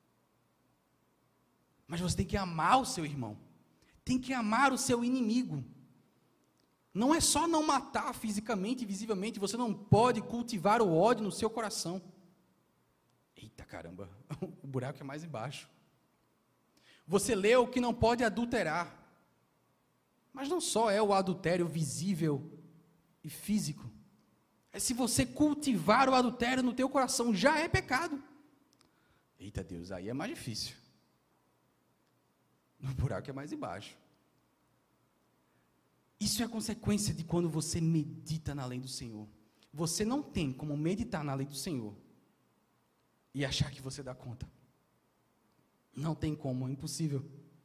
Mas você tem que amar o seu irmão, tem que amar o seu inimigo. Não é só não matar fisicamente e visivelmente, você não pode cultivar o ódio no seu coração. Eita caramba, o buraco é mais embaixo. Você leu que não pode adulterar, mas não só é o adultério visível e físico, é se você cultivar o adultério no teu coração, já é pecado. Eita Deus, aí é mais difícil. O buraco é mais embaixo. Isso é a consequência de quando você medita na lei do Senhor. Você não tem como meditar na lei do Senhor e achar que você dá conta. Não tem como, é impossível.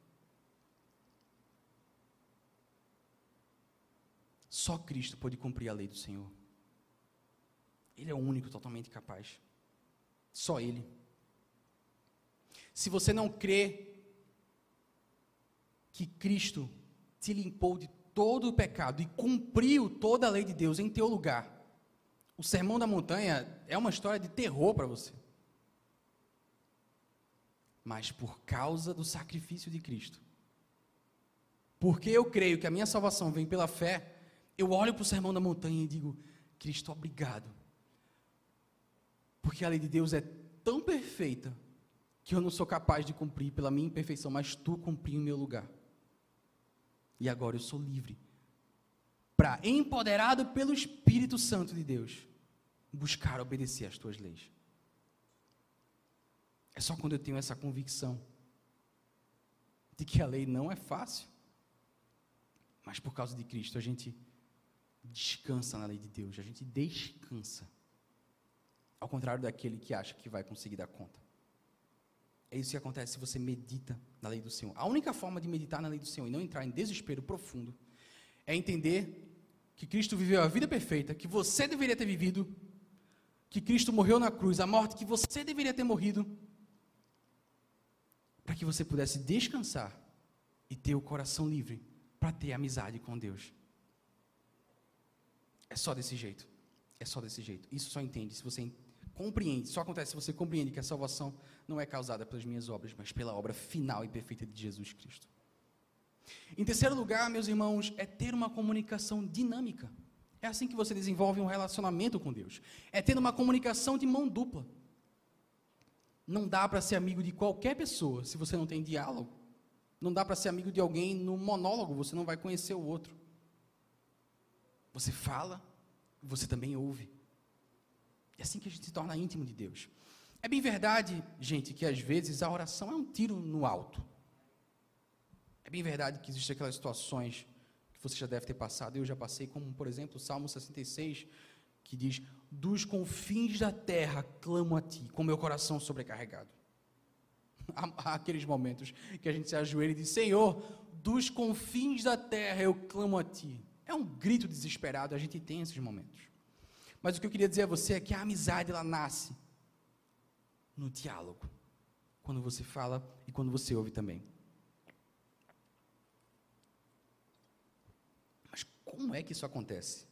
Só Cristo pode cumprir a lei do Senhor. Ele é o único totalmente capaz. Só Ele. Se você não crê que Cristo te limpou de todo o pecado e cumpriu toda a lei de Deus em teu lugar, o Sermão da Montanha é uma história de terror para você. Mas por causa do sacrifício de Cristo, porque eu creio que a minha salvação vem pela fé, eu olho para o Sermão da Montanha e digo, Cristo, obrigado. Porque a lei de Deus é tão perfeita, que eu não sou capaz de cumprir pela minha imperfeição, mas tu cumpriu em meu lugar. E agora eu sou livre, para, empoderado pelo Espírito Santo de Deus, buscar obedecer às tuas leis. É só quando eu tenho essa convicção de que a lei não é fácil, mas por causa de Cristo a gente descansa na lei de Deus, a gente descansa, ao contrário daquele que acha que vai conseguir dar conta. É isso que acontece se você medita na lei do Senhor. A única forma de meditar na lei do Senhor e não entrar em desespero profundo é entender que Cristo viveu a vida perfeita que você deveria ter vivido, que Cristo morreu na cruz, a morte que você deveria ter morrido, para que você pudesse descansar e ter o coração livre para ter amizade com Deus. É só desse jeito. É só desse jeito. Isso só entende se você compreende, só acontece se você compreende que a salvação não é causada pelas minhas obras, mas pela obra final e perfeita de Jesus Cristo. Em terceiro lugar, meus irmãos, é ter uma comunicação dinâmica. É assim que você desenvolve um relacionamento com Deus. É ter uma comunicação de mão dupla. Não dá para ser amigo de qualquer pessoa se você não tem diálogo. Não dá para ser amigo de alguém no monólogo, você não vai conhecer o outro. Você fala, você também ouve. É assim que a gente se torna íntimo de Deus. É bem verdade, gente, que às vezes a oração é um tiro no alto. É bem verdade que existem aquelas situações que você já deve ter passado, eu já passei, como, por exemplo, o Salmo 66, que diz, dos confins da terra clamo a ti, com meu coração sobrecarregado. Há aqueles momentos que a gente se ajoelha e diz, Senhor, dos confins da terra eu clamo a ti. É um grito desesperado, a gente tem esses momentos. Mas o que eu queria dizer a você é que a amizade, ela nasce no diálogo, quando você fala e quando você ouve também. Mas como é que isso acontece?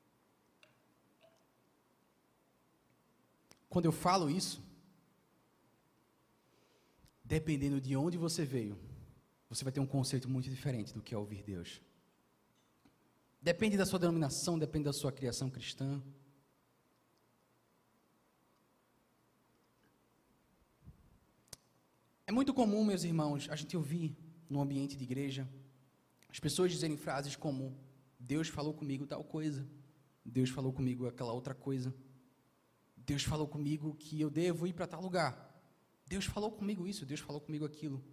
Quando eu falo isso, dependendo de onde você veio, você vai ter um conceito muito diferente do que é ouvir Deus. Depende da sua denominação, depende da sua criação cristã. É muito comum, meus irmãos, a gente ouvir no ambiente de igreja as pessoas dizerem frases como: Deus falou comigo tal coisa, Deus falou comigo aquela outra coisa, Deus falou comigo que eu devo ir para tal lugar, Deus falou comigo isso, Deus falou comigo aquilo.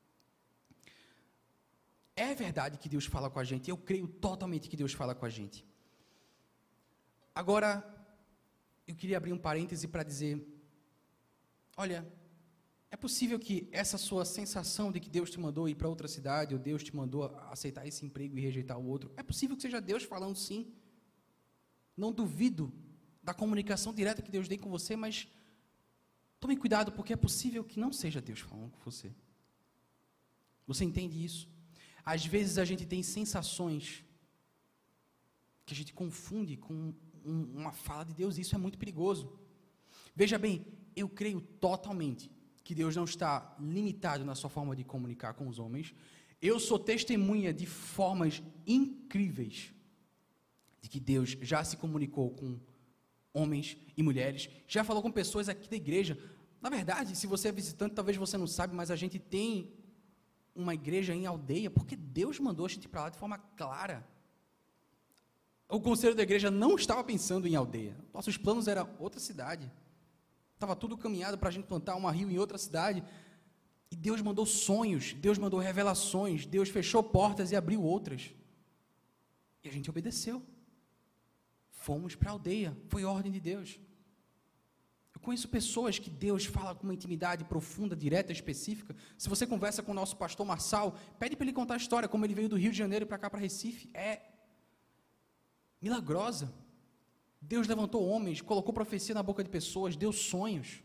É verdade que Deus fala com a gente, eu creio totalmente que Deus fala com a gente. Agora, eu queria abrir um parêntese para dizer, olha, é possível que essa sua sensação de que Deus te mandou ir para outra cidade, ou Deus te mandou aceitar esse emprego e rejeitar o outro, é possível que seja Deus falando sim. Não duvido da comunicação direta que Deus tem com você, mas tome cuidado, porque é possível que não seja Deus falando com você. Você entende isso? Às vezes a gente tem sensações que a gente confunde com uma fala de Deus, e isso é muito perigoso. Veja bem, eu creio totalmente que Deus não está limitado na sua forma de comunicar com os homens. Eu sou testemunha de formas incríveis de que Deus já se comunicou com homens e mulheres, já falou com pessoas aqui da igreja. Na verdade, se você é visitante, talvez você não sabe, mas a gente tem uma igreja em Aldeia, porque Deus mandou a gente para lá de forma clara. O conselho da igreja não estava pensando em Aldeia. Nossos planos eram outra cidade. Estava tudo caminhado para a gente plantar uma rio em outra cidade. E Deus mandou sonhos, Deus mandou revelações, Deus fechou portas e abriu outras. E a gente obedeceu. Fomos para a Aldeia, foi ordem de Deus. Eu conheço pessoas que Deus fala com uma intimidade profunda, direta, específica. Se você conversa com o nosso pastor Marçal, pede para ele contar a história, como ele veio do Rio de Janeiro para cá, para Recife. É milagrosa. Deus levantou homens, colocou profecia na boca de pessoas, deu sonhos.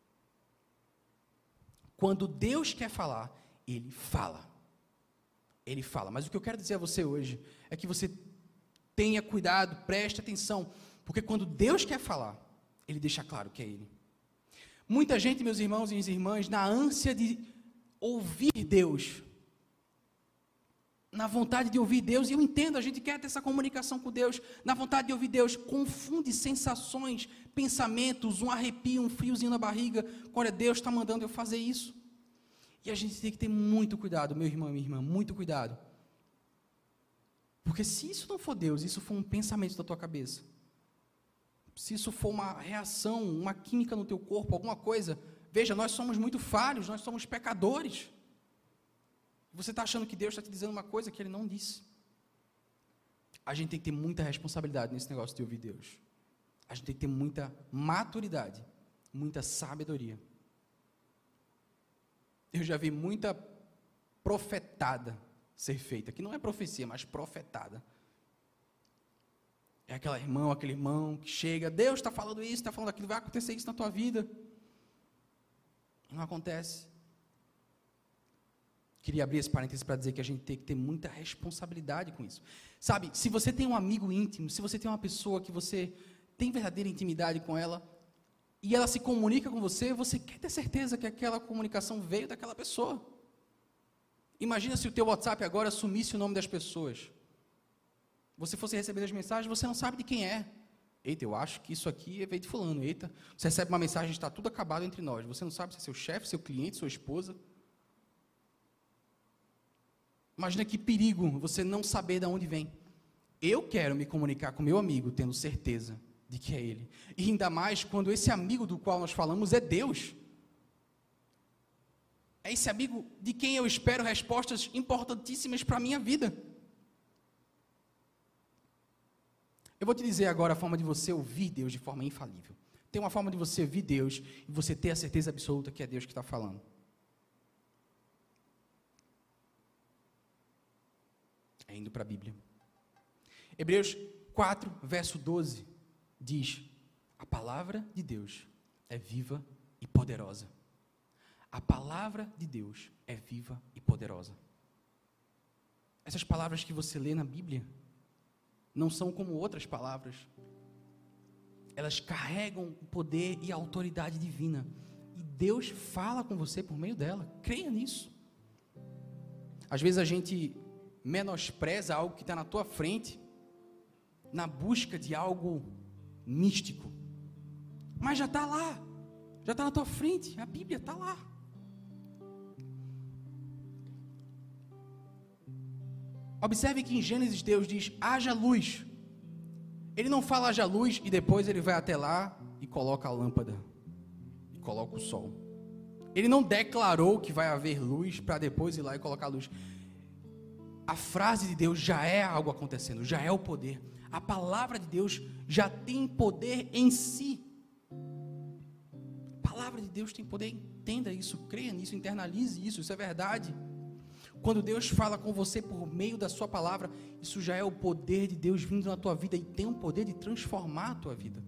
Quando Deus quer falar, Ele fala. Ele fala. Mas o que eu quero dizer a você hoje é que você tenha cuidado, preste atenção, porque quando Deus quer falar, Ele deixa claro que é Ele. Muita gente, meus irmãos e minhas irmãs, na ânsia de ouvir Deus, na vontade de ouvir Deus, e eu entendo, a gente quer ter essa comunicação com Deus, na vontade de ouvir Deus, confunde sensações, pensamentos, um arrepio, um friozinho na barriga, quando Deus está mandando eu fazer isso. E a gente tem que ter muito cuidado, meu irmão e minha irmã, muito cuidado. Porque se isso não for Deus, isso for um pensamento da tua cabeça, se isso for uma reação, uma química no teu corpo, alguma coisa, veja, nós somos muito falhos, nós somos pecadores. Você está achando que Deus está te dizendo uma coisa que Ele não disse. A gente tem que ter muita responsabilidade nesse negócio de ouvir Deus. A gente tem que ter muita maturidade, muita sabedoria. Eu já vi muita profetada ser feita, que não é profecia, mas profetada. É aquela irmã, aquele irmão que chega, Deus está falando isso, está falando aquilo, vai acontecer isso na tua vida. Não acontece. Queria abrir esse parênteses para dizer que a gente tem que ter muita responsabilidade com isso. Sabe, se você tem um amigo íntimo, se você tem uma pessoa que você tem verdadeira intimidade com ela, e ela se comunica com você, você quer ter certeza que aquela comunicação veio daquela pessoa. Imagina se o teu WhatsApp agora sumisse o nome das pessoas. Você fosse receber as mensagens, você não sabe de quem é. Eita, eu acho que isso aqui veio de fulano. Eita, você recebe uma mensagem, está tudo acabado entre nós. Você não sabe se é seu chefe, seu cliente, sua esposa. Imagina que perigo você não saber de onde vem. Eu quero me comunicar com meu amigo, tendo certeza de que é ele. E ainda mais quando esse amigo do qual nós falamos é Deus. É esse amigo de quem eu espero respostas importantíssimas para a minha vida. Eu vou te dizer agora a forma de você ouvir Deus de forma infalível. Tem uma forma de você ouvir Deus e você ter a certeza absoluta que é Deus que está falando. É indo para a Bíblia. Hebreus 4, verso 12, diz: a palavra de Deus é viva e poderosa. A palavra de Deus é viva e poderosa. Essas palavras que você lê na Bíblia não são como outras palavras. Elas carregam o poder e a autoridade divina. E Deus fala com você por meio dela. Creia nisso. Às vezes a gente menospreza algo que está na tua frente, na busca de algo místico. Mas já está lá. Já está na tua frente. A Bíblia está lá. Observe que em Gênesis Deus diz, haja luz. Ele não fala haja luz e depois ele vai até lá e coloca a lâmpada. E coloca o sol. Ele não declarou que vai haver luz para depois ir lá e colocar a luz. A frase de Deus já é algo acontecendo, já é o poder. A palavra de Deus já tem poder em si. A palavra de Deus tem poder, entenda isso, creia nisso, internalize isso é verdade. Quando Deus fala com você por meio da sua palavra, isso já é o poder de Deus vindo na tua vida e tem o poder de transformar a tua vida.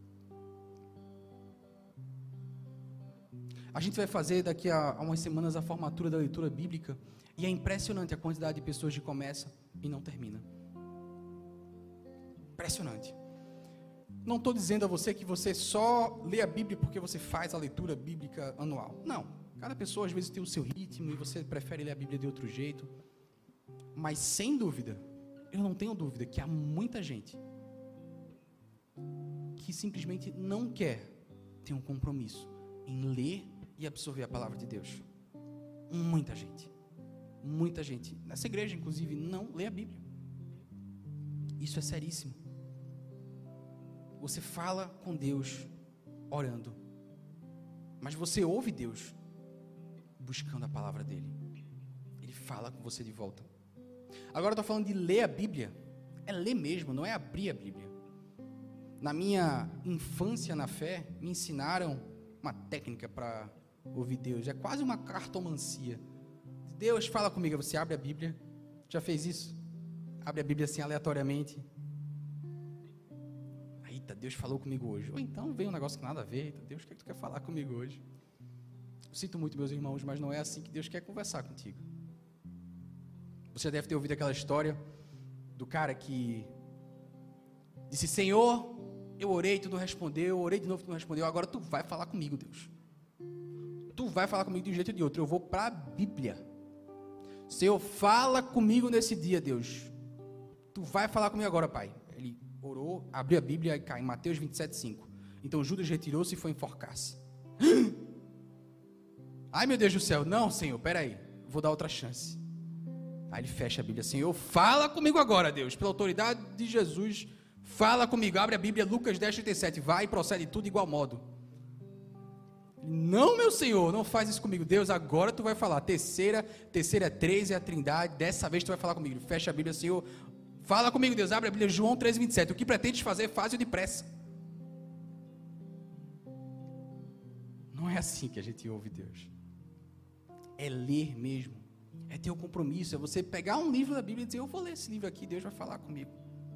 A gente vai fazer daqui a umas semanas a formatura da leitura bíblica e é impressionante a quantidade de pessoas que começa e não termina. Impressionante. Não estou dizendo a você que você só lê a Bíblia porque você faz a leitura bíblica anual. Não. Cada pessoa às vezes tem o seu ritmo e você prefere ler a Bíblia de outro jeito. Mas sem dúvida, eu não tenho dúvida que há muita gente que simplesmente não quer ter um compromisso em ler e absorver a palavra de Deus. Muita gente. Muita gente. Nessa igreja, inclusive, não lê a Bíblia. Isso é seríssimo. Você fala com Deus orando. Mas você ouve Deus buscando a palavra dele. Ele fala com você de volta. Agora eu estou falando de ler a Bíblia. É ler mesmo, não é abrir a Bíblia. Na minha infância na fé, me ensinaram uma técnica para ouvir Deus. É quase uma cartomancia. Deus fala comigo, você abre a Bíblia. Já fez isso? Abre a Bíblia assim aleatoriamente. Eita, Deus falou comigo hoje. Ou então veio um negócio que nada a ver. Eita, Deus, o que é que tu quer falar comigo hoje? Sinto muito, meus irmãos, mas não é assim que Deus quer conversar contigo. Você deve ter ouvido aquela história do cara que disse, Senhor, eu orei, tu não respondeu, eu orei de novo, tu não respondeu, agora tu vai falar comigo, Deus. Tu vai falar comigo de um jeito ou de outro, eu vou para a Bíblia. Senhor, fala comigo nesse dia, Deus. Tu vai falar comigo agora, Pai. Ele orou, abriu a Bíblia e cai em Mateus 27:5. Então Judas retirou-se e foi enforcar-se. Ai, meu Deus do céu, não, Senhor, peraí, vou dar outra chance. Aí ele fecha a Bíblia, Senhor, fala comigo agora, Deus, pela autoridade de Jesus, fala comigo, abre a Bíblia, Lucas 10:37, vai e procede tudo de igual modo. Não, meu Senhor, não faz isso comigo, Deus, agora tu vai falar, terceira é 3, é a trindade, dessa vez tu vai falar comigo, fecha a Bíblia, Senhor, fala comigo, Deus, abre a Bíblia, João 13:27, o que pretendes fazer, faz-o depressa. Não é assim que a gente ouve Deus. É ler mesmo, é ter o compromisso, é você pegar um livro da Bíblia e dizer, eu vou ler esse livro aqui, Deus vai falar comigo.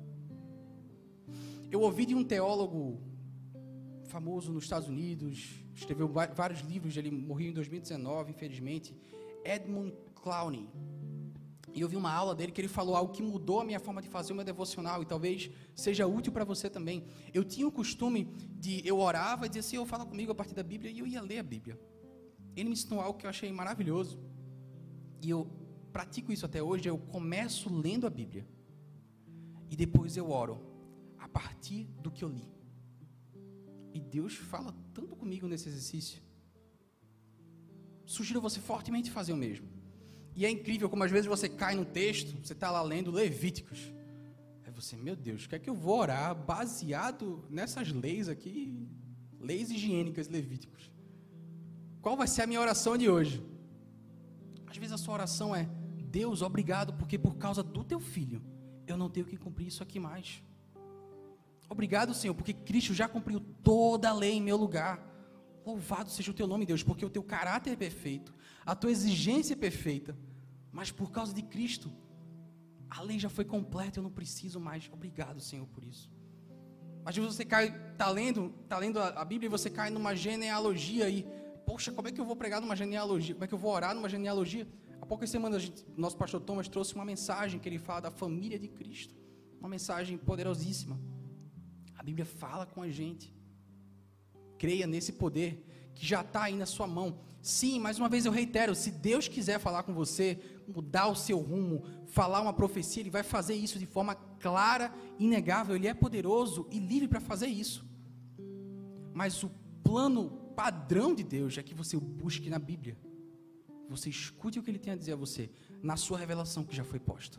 Eu ouvi de um teólogo famoso nos Estados Unidos, escreveu vários livros, ele morreu em 2019, infelizmente, Edmund Clowney, e eu vi uma aula dele que ele falou algo que mudou a minha forma de fazer o meu devocional, e talvez seja útil para você também. Eu tinha o costume de, eu orava e dizia, Senhor, fala comigo a partir da Bíblia, e eu ia ler a Bíblia. Ele me ensinou algo que eu achei maravilhoso, e eu pratico isso até hoje, eu começo lendo a Bíblia, e depois eu oro, a partir do que eu li. E Deus fala tanto comigo nesse exercício. Sugiro você fortemente fazer o mesmo. E é incrível como às vezes você cai num texto, você está lá lendo Levíticos, aí você, meu Deus, o que é que eu vou orar baseado nessas leis aqui, leis higiênicas Levíticos? Qual vai ser a minha oração de hoje? Às vezes a sua oração é, Deus, obrigado, porque por causa do teu filho, eu não tenho que cumprir isso aqui mais. Obrigado, Senhor, porque Cristo já cumpriu toda a lei em meu lugar. Louvado seja o teu nome, Deus, porque o teu caráter é perfeito, a tua exigência é perfeita, mas por causa de Cristo, a lei já foi completa, eu não preciso mais. Obrigado, Senhor, por isso. Às vezes você tá lendo a Bíblia e você cai numa genealogia e, poxa, como é que eu vou pregar numa genealogia? Como é que eu vou orar numa genealogia? Há poucas semanas, nosso pastor Thomas trouxe uma mensagem que ele fala da família de Cristo. Uma mensagem poderosíssima. A Bíblia fala com a gente. Creia nesse poder que já está aí na sua mão. Sim, mais uma vez eu reitero, se Deus quiser falar com você, mudar o seu rumo, falar uma profecia, Ele vai fazer isso de forma clara, inegável. Ele é poderoso e livre para fazer isso. Mas o plano padrão de Deus é que você o busque na Bíblia. Você escute o que Ele tem a dizer a você, na sua revelação que já foi posta.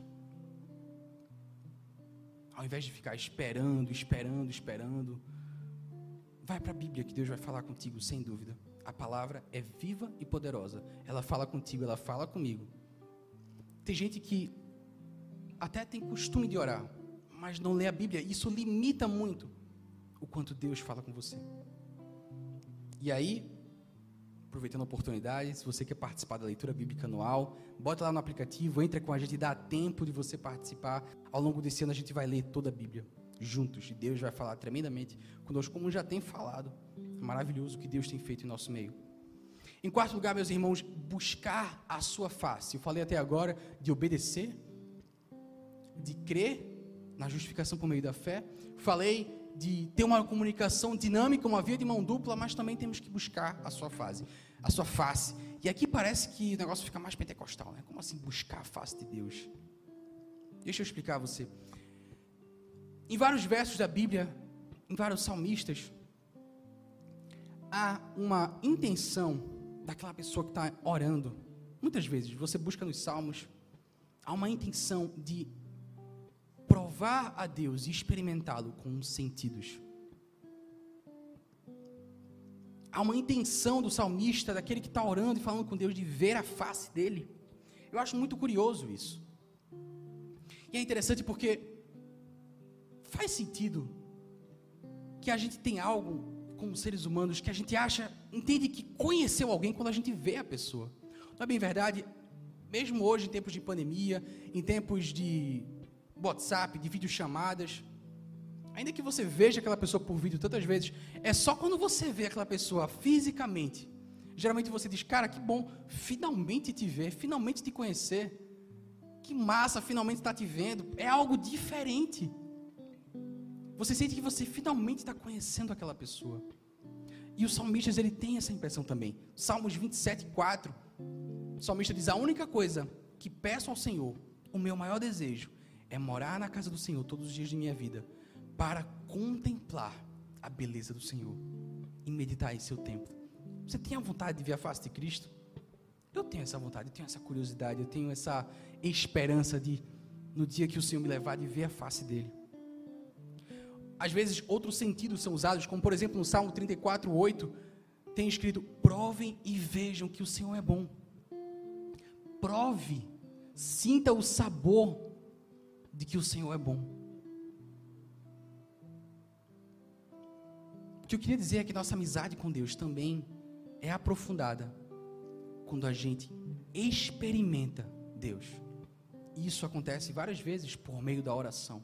Ao invés de ficar esperando, vai para a Bíblia que Deus vai falar contigo, sem dúvida. A palavra é viva e poderosa. Ela fala contigo, ela fala comigo. Tem gente que até tem costume de orar, mas não lê a Bíblia. Isso limita muito o quanto Deus fala com você. E aí, aproveitando a oportunidade, se você quer participar da leitura bíblica anual, bota lá no aplicativo, entra com a gente, dá tempo de você participar. Ao longo desse ano a gente vai ler toda a Bíblia juntos, e Deus vai falar tremendamente conosco, como já tem falado. É maravilhoso o que Deus tem feito em nosso meio. Em quarto lugar, meus irmãos, buscar a sua face. Eu falei até agora de obedecer, de crer na justificação por meio da fé. Falei de ter uma comunicação dinâmica, uma via de mão dupla, mas também temos que buscar a sua face. E aqui parece que o negócio fica mais pentecostal, né? Como assim buscar a face de Deus? Deixa eu explicar a você. Em vários versos da Bíblia, em vários salmistas, há uma intenção daquela pessoa que está orando. Muitas vezes, você busca nos salmos, há uma intenção de provar a Deus e experimentá-lo com os sentidos. Há uma intenção do salmista, daquele que está orando e falando com Deus, de ver a face dele. Eu acho muito curioso isso. E é interessante porque faz sentido que a gente tem algo como seres humanos que a gente entende que conheceu alguém quando a gente vê a pessoa. Não é bem verdade? Mesmo hoje, em tempos de pandemia, em tempos de WhatsApp, de videochamadas, ainda que você veja aquela pessoa por vídeo tantas vezes, é só quando você vê aquela pessoa fisicamente, geralmente você diz, cara, que bom finalmente te ver, finalmente te conhecer, que massa finalmente estar te vendo, é algo diferente. Você sente que você finalmente está conhecendo aquela pessoa. E os salmistas, ele tem essa impressão também. Salmos 27:4, o salmista diz, a única coisa que peço ao Senhor, o meu maior desejo, é morar na casa do Senhor todos os dias de minha vida, para contemplar a beleza do Senhor e meditar em seu templo. Você tem a vontade de ver a face de Cristo? Eu tenho essa vontade, eu tenho essa curiosidade, eu tenho essa esperança de, no dia que o Senhor me levar, de ver a face dele. Às vezes, outros sentidos são usados, como por exemplo, no Salmo 34:8, tem escrito, provem e vejam que o Senhor é bom. Prove, sinta o sabor de que o Senhor é bom. O que eu queria dizer é que nossa amizade com Deus também é aprofundada quando a gente experimenta Deus. E isso acontece várias vezes por meio da oração.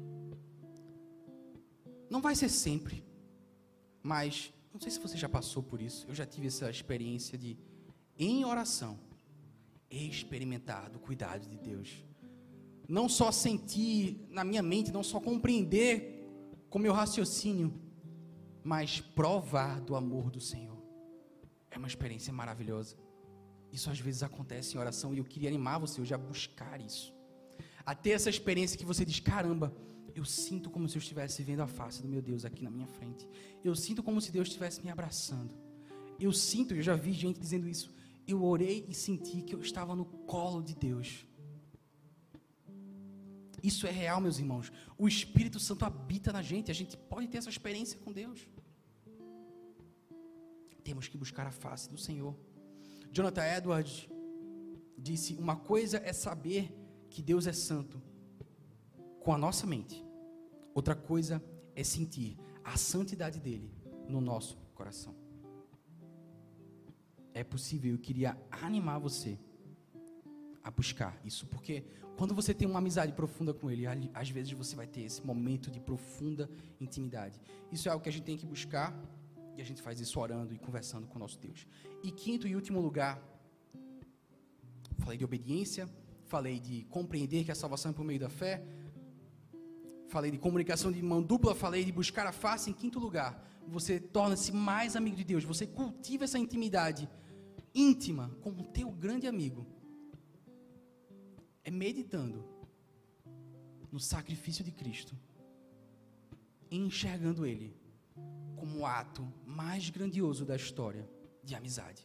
Não vai ser sempre, mas não sei se você já passou por isso. Eu já tive essa experiência de, em oração, experimentar do cuidado de Deus. Não só sentir na minha mente, não só compreender com meu raciocínio, mas provar do amor do Senhor. É uma experiência maravilhosa. Isso às vezes acontece em oração e eu queria animar você hoje a buscar isso. A ter essa experiência que você diz, caramba, eu sinto como se eu estivesse vendo a face do meu Deus aqui na minha frente. Eu sinto como se Deus estivesse me abraçando. Eu já vi gente dizendo isso. Eu orei e senti que eu estava no colo de Deus. Isso é real, meus irmãos. O Espírito Santo habita na gente. A gente pode ter essa experiência com Deus. Temos que buscar a face do Senhor. Jonathan Edwards disse, uma coisa é saber que Deus é santo com a nossa mente. Outra coisa é sentir a santidade dele no nosso coração. É possível, eu queria animar você a buscar isso, porque quando você tem uma amizade profunda com Ele, às vezes você vai ter esse momento de profunda intimidade. Isso é algo que a gente tem que buscar, e a gente faz isso orando e conversando com o nosso Deus. E quinto e último lugar, falei de obediência, falei de compreender que a salvação é por meio da fé, falei de comunicação de mão dupla, falei de buscar a face. Em quinto lugar, você torna-se mais amigo de Deus, você cultiva essa intimidade íntima com o teu grande amigo, é meditando no sacrifício de Cristo, e enxergando Ele como o ato mais grandioso da história de amizade.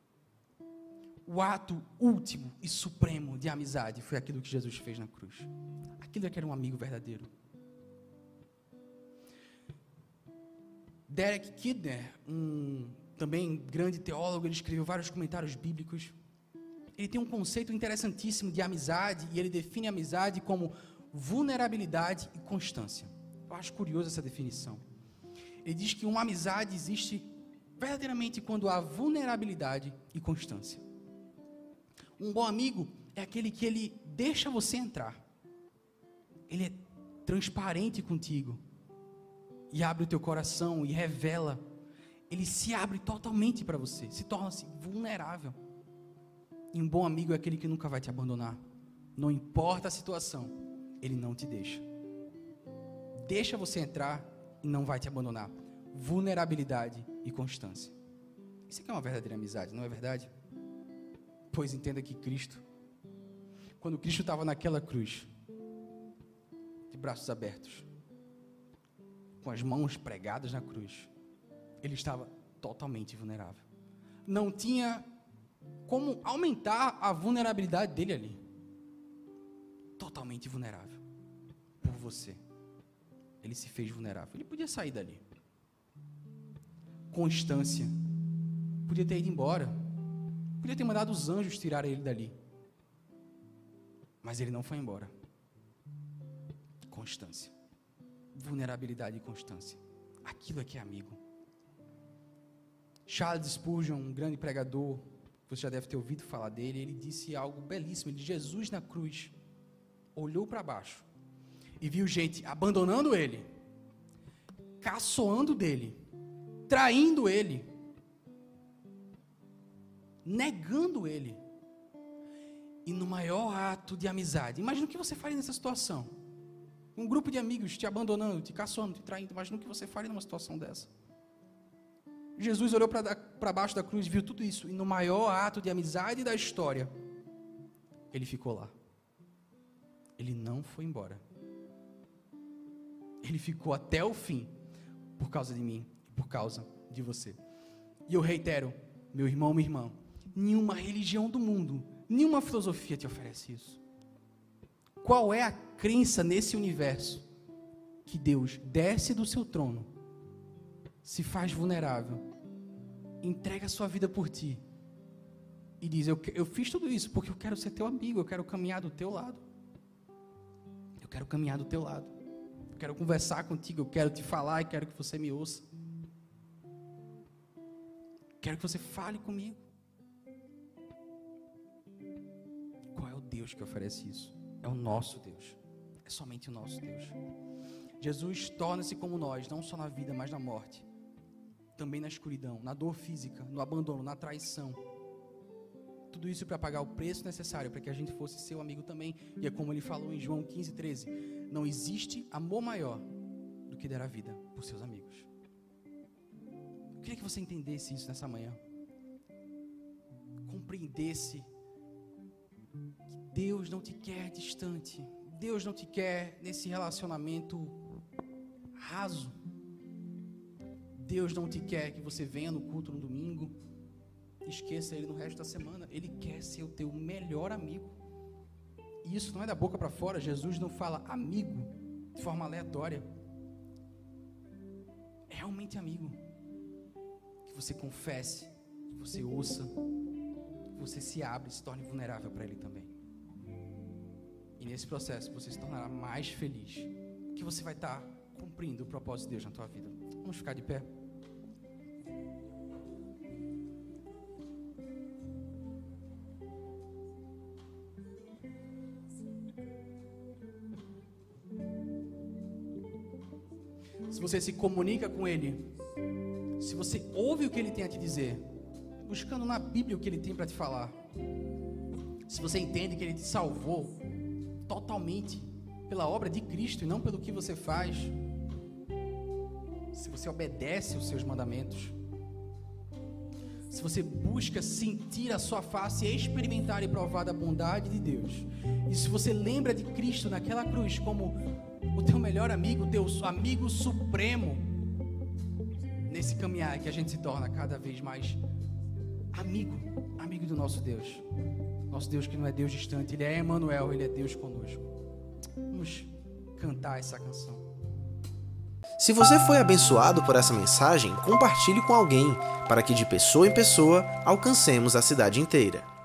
O ato último e supremo de amizade foi aquilo que Jesus fez na cruz. Aquilo é que era um amigo verdadeiro. Derek Kidner, também grande teólogo, ele escreveu vários comentários bíblicos. Ele tem um conceito interessantíssimo de amizade, e ele define a amizade como vulnerabilidade e constância. Eu acho curioso essa definição. Ele diz que uma amizade existe verdadeiramente quando há vulnerabilidade e constância. Um bom amigo é aquele que ele deixa você entrar. Ele é transparente contigo e abre o teu coração e revela. Ele se abre totalmente para você, se torna-se vulnerável. E um bom amigo é aquele que nunca vai te abandonar. Não importa a situação, ele não te deixa. Deixa você entrar e não vai te abandonar. Vulnerabilidade e constância. Isso aqui é uma verdadeira amizade, não é verdade? Pois entenda que Cristo, quando Cristo estava naquela cruz, de braços abertos, com as mãos pregadas na cruz, ele estava totalmente vulnerável. Não tinha como aumentar a vulnerabilidade dele ali. Totalmente vulnerável. Por você. Ele se fez vulnerável. Ele podia sair dali. Constância. Podia ter ido embora. Podia ter mandado os anjos tirar ele dali. Mas ele não foi embora. Constância. Vulnerabilidade e constância. Aquilo é que é amigo. Charles Spurgeon, um grande pregador, você já deve ter ouvido falar dele, ele disse algo belíssimo. Ele disse: Jesus na cruz olhou para baixo e viu gente abandonando ele, caçoando dele, traindo ele, negando ele. E no maior ato de amizade, imagina o que você faria nessa situação. Um grupo de amigos te abandonando, te caçoando, te traindo. Imagina o que você faria numa situação dessa. Jesus olhou para baixo da cruz e viu tudo isso. E no maior ato de amizade da história, ele ficou lá. Ele não foi embora. Ele ficou até o fim, por causa de mim, por causa de você. E eu reitero, meu irmão, minha irmã, nenhuma religião do mundo, nenhuma filosofia te oferece isso. Qual é a crença nesse universo que Deus desce do seu trono, se faz vulnerável, entrega a sua vida por ti e diz: eu fiz tudo isso porque eu quero ser teu amigo, eu quero caminhar do teu lado, eu quero caminhar do teu lado, eu quero conversar contigo, eu quero te falar e quero que você me ouça, quero que você fale comigo. Qual é o Deus que oferece isso? É o nosso Deus, é somente o nosso Deus. Jesus torna-se como nós, não só na vida, mas na morte, também na escuridão, na dor física, no abandono, na traição. Tudo isso para pagar o preço necessário para que a gente fosse seu amigo também. E é como ele falou em João 15:13: não existe amor maior do que dar a vida por seus amigos. Eu queria que você entendesse isso nessa manhã, compreendesse que Deus não te quer distante, Deus não te quer nesse relacionamento raso. Deus não te quer que você venha no culto no domingo, esqueça Ele no resto da semana. Ele quer ser o teu melhor amigo. E isso não é da boca para fora. Jesus não fala amigo de forma aleatória. É realmente amigo. Que você confesse, que você ouça, que você se abre e se torne vulnerável para Ele também. E nesse processo você se tornará mais feliz, que você vai estar cumprindo o propósito de Deus na tua vida. Vamos ficar de pé. se você se comunica com Ele, se você ouve o que Ele tem a te dizer, buscando na Bíblia o que Ele tem para te falar, se você entende que Ele te salvou totalmente pela obra de Cristo e não pelo que você faz, se você obedece os seus mandamentos, se você busca sentir a sua face, experimentar e provar da bondade de Deus, e se você lembra de Cristo naquela cruz como o teu melhor amigo, o teu amigo supremo, nesse caminhar que a gente se torna cada vez mais amigo do nosso Deus que não é Deus distante, Ele é Emmanuel, Ele é Deus conosco. Vamos cantar essa canção. Se você foi abençoado por essa mensagem, compartilhe com alguém, para que de pessoa em pessoa alcancemos a cidade inteira.